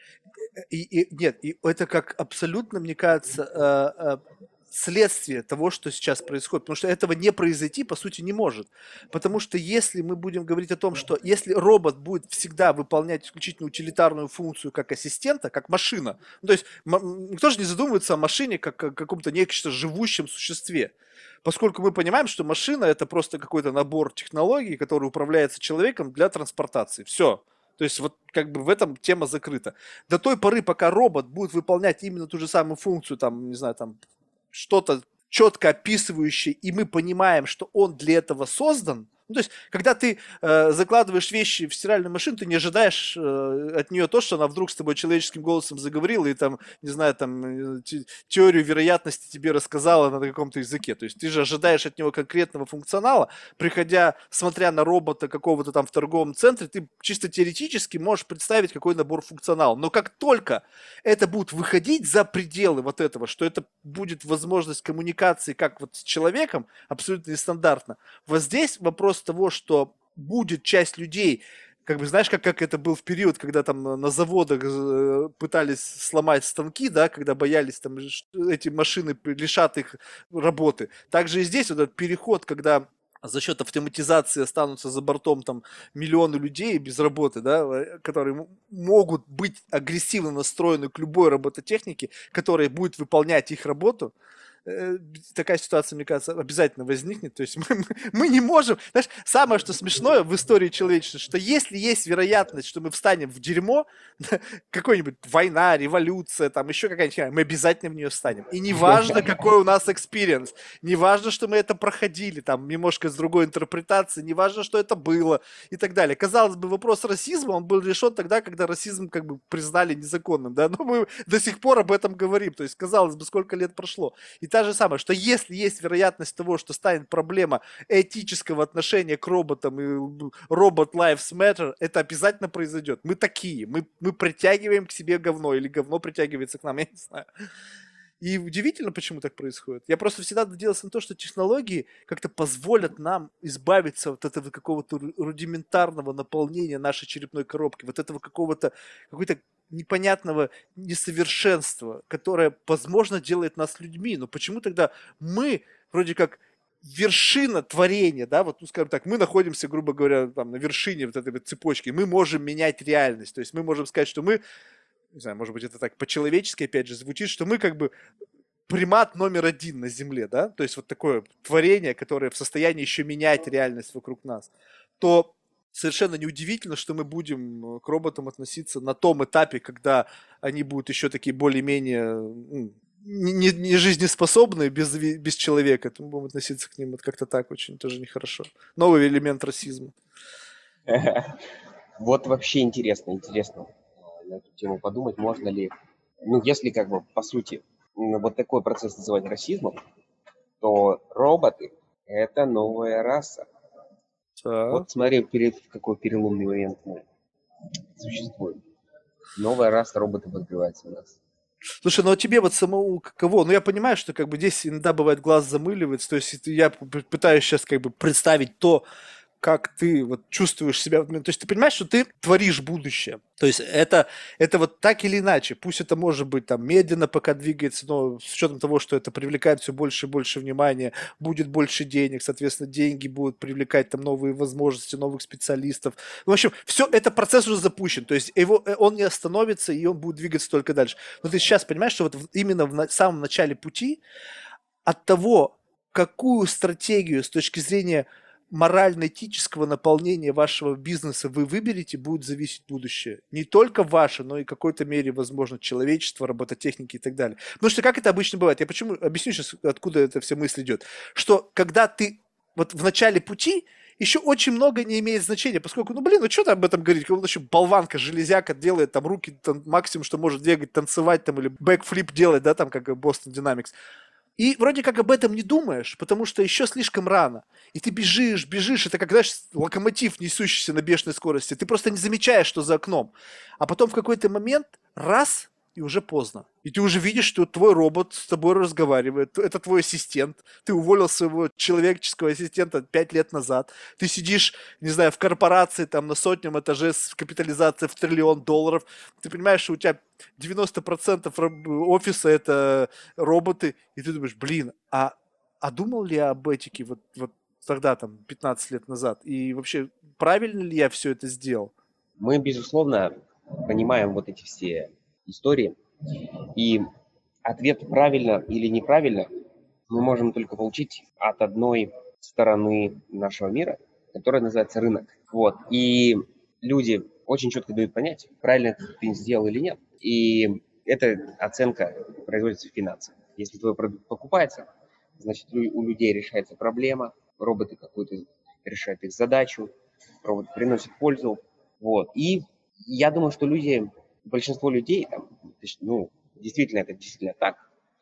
Нет, и это как абсолютно, мне кажется, следствие того, что сейчас происходит. Потому что этого не произойти, по сути, не может. Потому что если мы будем говорить о том, что если робот будет всегда выполнять исключительно утилитарную функцию как ассистента, как машина, ну, то есть никто же не задумывается о машине как о каком-то нечто живущем существе. Поскольку мы понимаем, что машина это просто какой-то набор технологий, который управляется человеком для транспортации. Все. То есть вот как бы в этом тема закрыта. До той поры, пока робот будет выполнять именно ту же самую функцию, там, не знаю, там что-то четко описывающее, и мы понимаем, что он для этого создан. Ну, то есть, когда ты закладываешь вещи в стиральную машину, ты не ожидаешь от нее то, что она вдруг с тобой человеческим голосом заговорила и там, не знаю, там теорию вероятности тебе рассказала на каком-то языке. То есть ты же ожидаешь от него конкретного функционала, приходя, смотря на робота какого-то там в торговом центре, ты чисто теоретически можешь представить, какой набор функционала. Но как только это будет выходить за пределы вот этого, что это будет возможность коммуникации как вот с человеком, абсолютно нестандартно, вот здесь вопрос того, что будет часть людей, как бы знаешь, как это был в период, когда там на заводах пытались сломать станки, да, когда боялись там эти машины лишат их работы. Также и здесь вот этот переход, когда за счет автоматизации останутся за бортом там миллионы людей без работы, да, которые могут быть агрессивно настроены к любой робототехнике, которая будет выполнять их работу. Такая ситуация, мне кажется, обязательно возникнет. То есть мы не можем... Знаешь, самое, что смешное в истории человечества, что если есть вероятность, что мы встанем в дерьмо, какой-нибудь война, революция, там еще какая-нибудь, мы обязательно в нее встанем. И неважно, какой у нас экспириенс, неважно, что мы это проходили, там, немножко с другой интерпретацией, неважно, что это было и так далее. Казалось бы, вопрос расизма, он был решен тогда, когда расизм как бы признали незаконным, да, но мы до сих пор об этом говорим. То есть, казалось бы, сколько лет прошло. И та же самое, что если есть вероятность того, что станет проблема этического отношения к роботам и робот lives matter, это обязательно произойдет. Мы такие, мы притягиваем к себе говно, или говно притягивается к нам, я не знаю. И удивительно, почему так происходит. Я просто всегда надеялся на то, что технологии как-то позволят нам избавиться от этого какого-то рудиментарного наполнения нашей черепной коробки, вот этого какого-то непонятного несовершенства, которое, возможно, делает нас людьми. Но почему тогда мы вроде как вершина творения, да, вот, ну, скажем так, мы находимся, грубо говоря, там, на вершине вот этой вот цепочки, мы можем менять реальность, то есть мы можем сказать, что мы, не знаю, может быть, это так по-человечески, опять же, звучит, что мы как бы примат номер один на Земле, да, то есть вот такое творение, которое в состоянии еще менять реальность вокруг нас, то совершенно неудивительно, что мы будем к роботам относиться на том этапе, когда они будут еще такие более-менее не жизнеспособные без человека, то мы будем относиться к ним вот как-то так очень тоже нехорошо. Новый элемент расизма. Вот вообще интересно на эту тему подумать, можно ли, ну, если как бы по сути вот такой процесс называть расизмом, то роботы – это новая раса. Так. Вот смотри, какой переломный момент мы существуем. Новая раса роботов открывается у нас. Слушай, ну а тебе вот самому каково? Ну я понимаю, что как бы здесь иногда бывает глаз замыливается, то есть я пытаюсь сейчас как бы представить то, как ты вот чувствуешь себя. То есть ты понимаешь, что ты творишь будущее. То есть это вот так или иначе. Пусть это может быть там медленно пока двигается, но с учетом того, что это привлекает все больше и больше внимания, будет больше денег, соответственно, деньги будут привлекать там новые возможности, новых специалистов. Ну, в общем, все, это процесс уже запущен. То есть он не остановится, и он будет двигаться только дальше. Но ты сейчас понимаешь, что вот именно в самом начале пути от того, какую стратегию с точки зрения морально-этического наполнения вашего бизнеса вы выберете, будет зависеть будущее. Не только ваше, но и в какой-то мере, возможно, человечество, робототехники и так далее. Потому что как это обычно бывает? Я почему объясню сейчас, откуда эта вся мысль идет. Что когда ты вот в начале пути, еще очень много не имеет значения, поскольку, ну что ты об этом говорить, как он еще болванка, железяка делает, там руки там, максимум, что может двигать, танцевать там или бэкфлип делать, да, там как Boston Dynamics. И вроде как об этом не думаешь, потому что еще слишком рано. И ты бежишь, это как, знаешь, локомотив, несущийся на бешеной скорости. Ты просто не замечаешь, что за окном. А потом в какой-то момент раз, и уже поздно. И ты уже видишь, что твой робот с тобой разговаривает. Это твой ассистент. Ты уволил своего человеческого ассистента 5 лет назад. Ты сидишь, не знаю, в корпорации там на сотнем этаже с капитализацией в $1 триллион. Ты понимаешь, что у тебя 90% офиса это роботы. И ты думаешь, блин, а думал ли я об этике вот тогда, там, 15 лет назад? И вообще, правильно ли я все это сделал? Мы, безусловно, понимаем вот эти все истории. И ответ правильно или неправильно мы можем только получить от одной стороны нашего мира, которая называется рынок. Вот. И люди очень четко дают понять, правильно ты сделал или нет. И эта оценка производится в финансах. Если твой продукт покупается, значит, у людей решается проблема, роботы какую-то решают их задачу, роботы приносят пользу. Вот. И я думаю, что большинство людей, там, ну, действительно, это действительно так,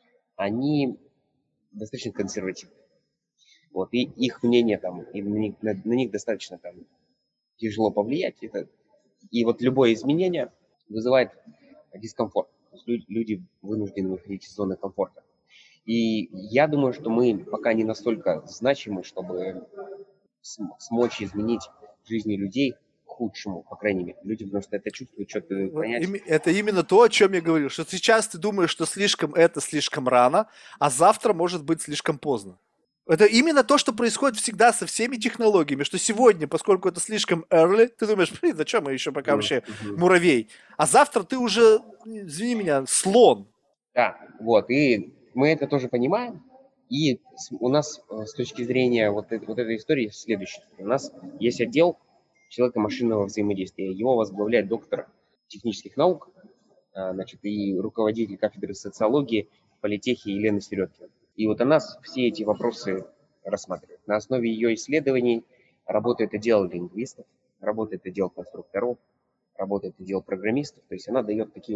они достаточно консервативны. Вот. И их мнение там, и на них достаточно там тяжело повлиять. И вот любое изменение вызывает дискомфорт. То есть люди вынуждены выходить из зоны комфорта. И я думаю, что мы пока не настолько значимы, чтобы смочь изменить жизни людей к худшему, по крайней мере. Люди, потому что это чувствуют, что-то понять. Это именно то, о чем я говорил, что сейчас ты думаешь, что слишком рано, а завтра может быть слишком поздно. Это именно то, что происходит всегда со всеми технологиями, что сегодня, поскольку это слишком early, ты думаешь, блин, зачем мы еще пока вообще муравей? А завтра ты уже, извини меня, слон. Да, вот, и мы это тоже понимаем. И у нас с точки зрения вот этой истории следующее. У нас есть отдел человека-машинного взаимодействия. Его возглавляет доктор технических наук, значит, и руководитель кафедры социологии в политехе Елена Середкина. И вот она все эти вопросы рассматривает. На основе ее исследований работает отдел лингвистов, работает отдел конструкторов, работает отдел программистов. То есть она дает такие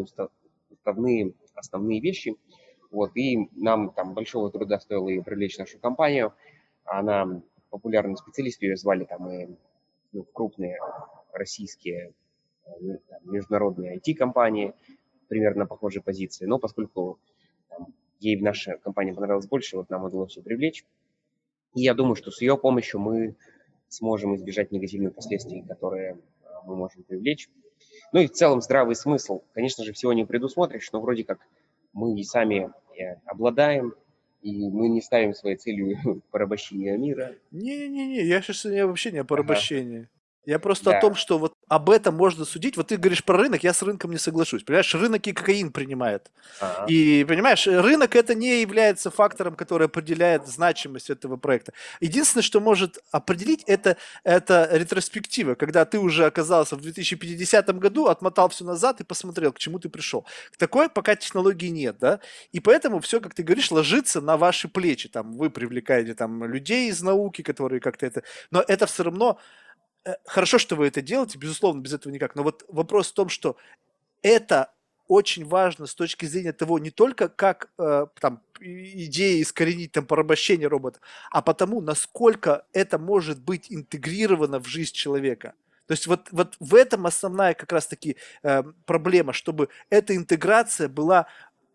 основные вещи. Вот, и нам там большого труда стоило ее привлечь в нашу компанию. Она популярный специалист, ее звали там и крупные российские международные IT-компании, примерно похожей позиции. Но поскольку ей наша компания понравилась больше, вот нам удалось ее привлечь. И я думаю, что с ее помощью мы сможем избежать негативных последствий, которые мы можем привлечь. Ну и в целом здравый смысл. Конечно же, всего не предусмотришь, но вроде как мы и сами обладаем, и мы не ставим своей целью порабощение мира. Не-не-не, я вообще не о порабощении. Я просто Да. о том, что вот об этом можно судить. Вот ты говоришь про рынок, я с рынком не соглашусь. Понимаешь, рынок и кокаин принимает. И, понимаешь, рынок это не является фактором, который определяет значимость этого проекта. Единственное, что может определить, это ретроспектива, когда ты уже оказался в 2050 году, отмотал все назад и посмотрел, к чему ты пришел. Такой пока технологии нет, да? И поэтому все, как ты говоришь, ложится на ваши плечи. Там вы привлекаете там людей из науки, которые как-то это... Но это все равно... Хорошо, что вы это делаете, безусловно, без этого никак. Но вот вопрос в том, что это очень важно с точки зрения того, не только как там идея искоренить там порабощение робота, а потому, насколько это может быть интегрировано в жизнь человека. То есть вот в этом основная как раз-таки проблема, чтобы эта интеграция была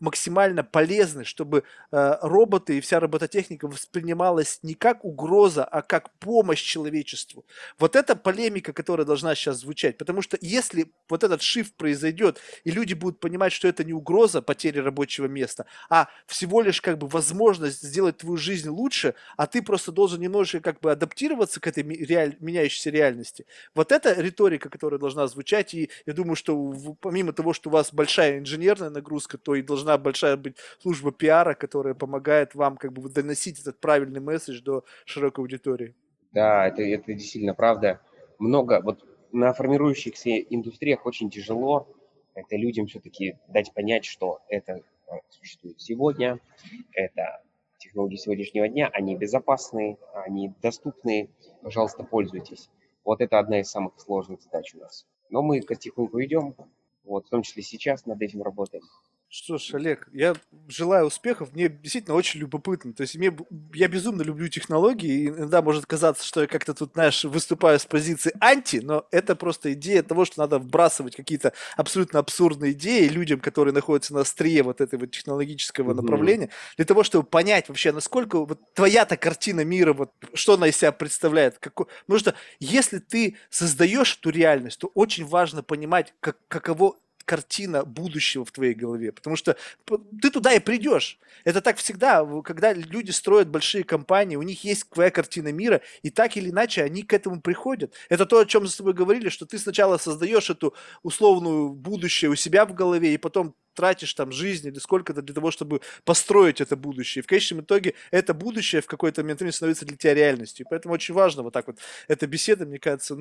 максимально полезны, чтобы роботы и вся робототехника воспринималась не как угроза, а как помощь человечеству. Вот это полемика, которая должна сейчас звучать, потому что если вот этот шифт произойдет, и люди будут понимать, что это не угроза потери рабочего места, а всего лишь как бы возможность сделать твою жизнь лучше, а ты просто должен немножечко как бы адаптироваться к этой меняющейся реальности. Вот это риторика, которая должна звучать, и я думаю, что помимо того, что у вас большая инженерная нагрузка, то и должна большая быть служба пиара, которая помогает вам как бы доносить этот правильный месседж до широкой аудитории. Да, это действительно правда. Много, вот на формирующихся индустриях очень тяжело это людям все-таки дать понять, что это существует сегодня, это технологии сегодняшнего дня, они безопасные, они доступные, пожалуйста, пользуйтесь. Вот это одна из самых сложных задач у нас. Но мы потихоньку идем, вот, в том числе сейчас над этим работаем. Что ж, Олег, я желаю успехов. Мне действительно очень любопытно. То есть я безумно люблю технологии, и иногда может казаться, что я как-то тут, знаешь, выступаю с позиции анти, но это просто идея того, что надо вбрасывать какие-то абсолютно абсурдные идеи людям, которые находятся на острие вот этого технологического направления, для того, чтобы понять вообще, насколько вот твоя-то картина мира, вот что она из себя представляет. Потому что если ты создаешь эту реальность, то очень важно понимать, каково картина будущего в твоей голове, потому что ты туда и придешь. Это так всегда, когда люди строят большие компании, у них есть твоя картина мира, и так или иначе они к этому приходят. Это то, о чем мы с тобой говорили, что ты сначала создаешь эту условную будущее у себя в голове, и потом тратишь там жизнь или сколько-то для того, чтобы построить это будущее. И в конечном итоге это будущее в какой-то момент становится для тебя реальностью. И поэтому очень важно вот так вот эта беседа, мне кажется,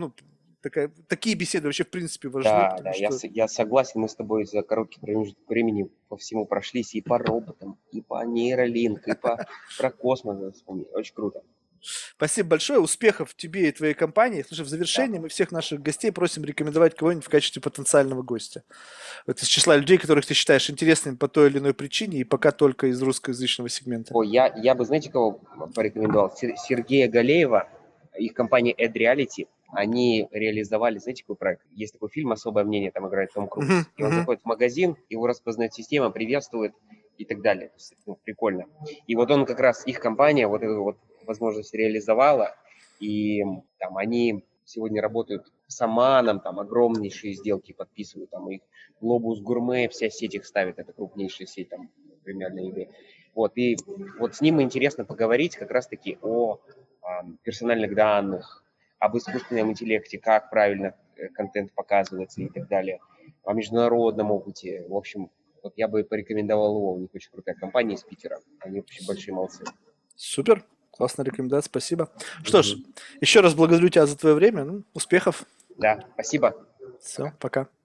такие беседы вообще в принципе важны. Да, я согласен, мы с тобой за короткий промежуток времени по всему прошлись и по роботам, и по нейролинк, и про космос вспомнили. Очень круто. Спасибо большое, успехов тебе и твоей компании. Слушай, в завершении мы всех наших гостей просим рекомендовать кого-нибудь в качестве потенциального гостя. Это из числа людей, которых ты считаешь интересными по той или иной причине, и пока только из русскоязычного сегмента. Я бы, знаете, кого порекомендовал? Сергея Галеева, их компания Ad Reality. Они реализовали, знаете, какой проект? Есть такой фильм «Особое мнение», там играет Том Круз. И он заходит в магазин, его распознает система, приветствует и так далее. Прикольно. И вот он как раз, их компания вот эту вот возможность реализовала, и там они сегодня работают с Оманом, там огромнейшие сделки подписывают, там их Globus Gourmet, вся сеть их ставит, это крупнейшая сеть там примерно еды. Вот, и вот с ним интересно поговорить как раз-таки о персональных данных, об искусственном интеллекте, как правильно контент показывается и так далее, о международном опыте. В общем, вот я бы порекомендовал его, у них очень крутая компания из Питера, они вообще большие молодцы. Супер, классная рекомендация, спасибо. Что ж, еще раз благодарю тебя за твое время, успехов. Да, спасибо. Все, пока.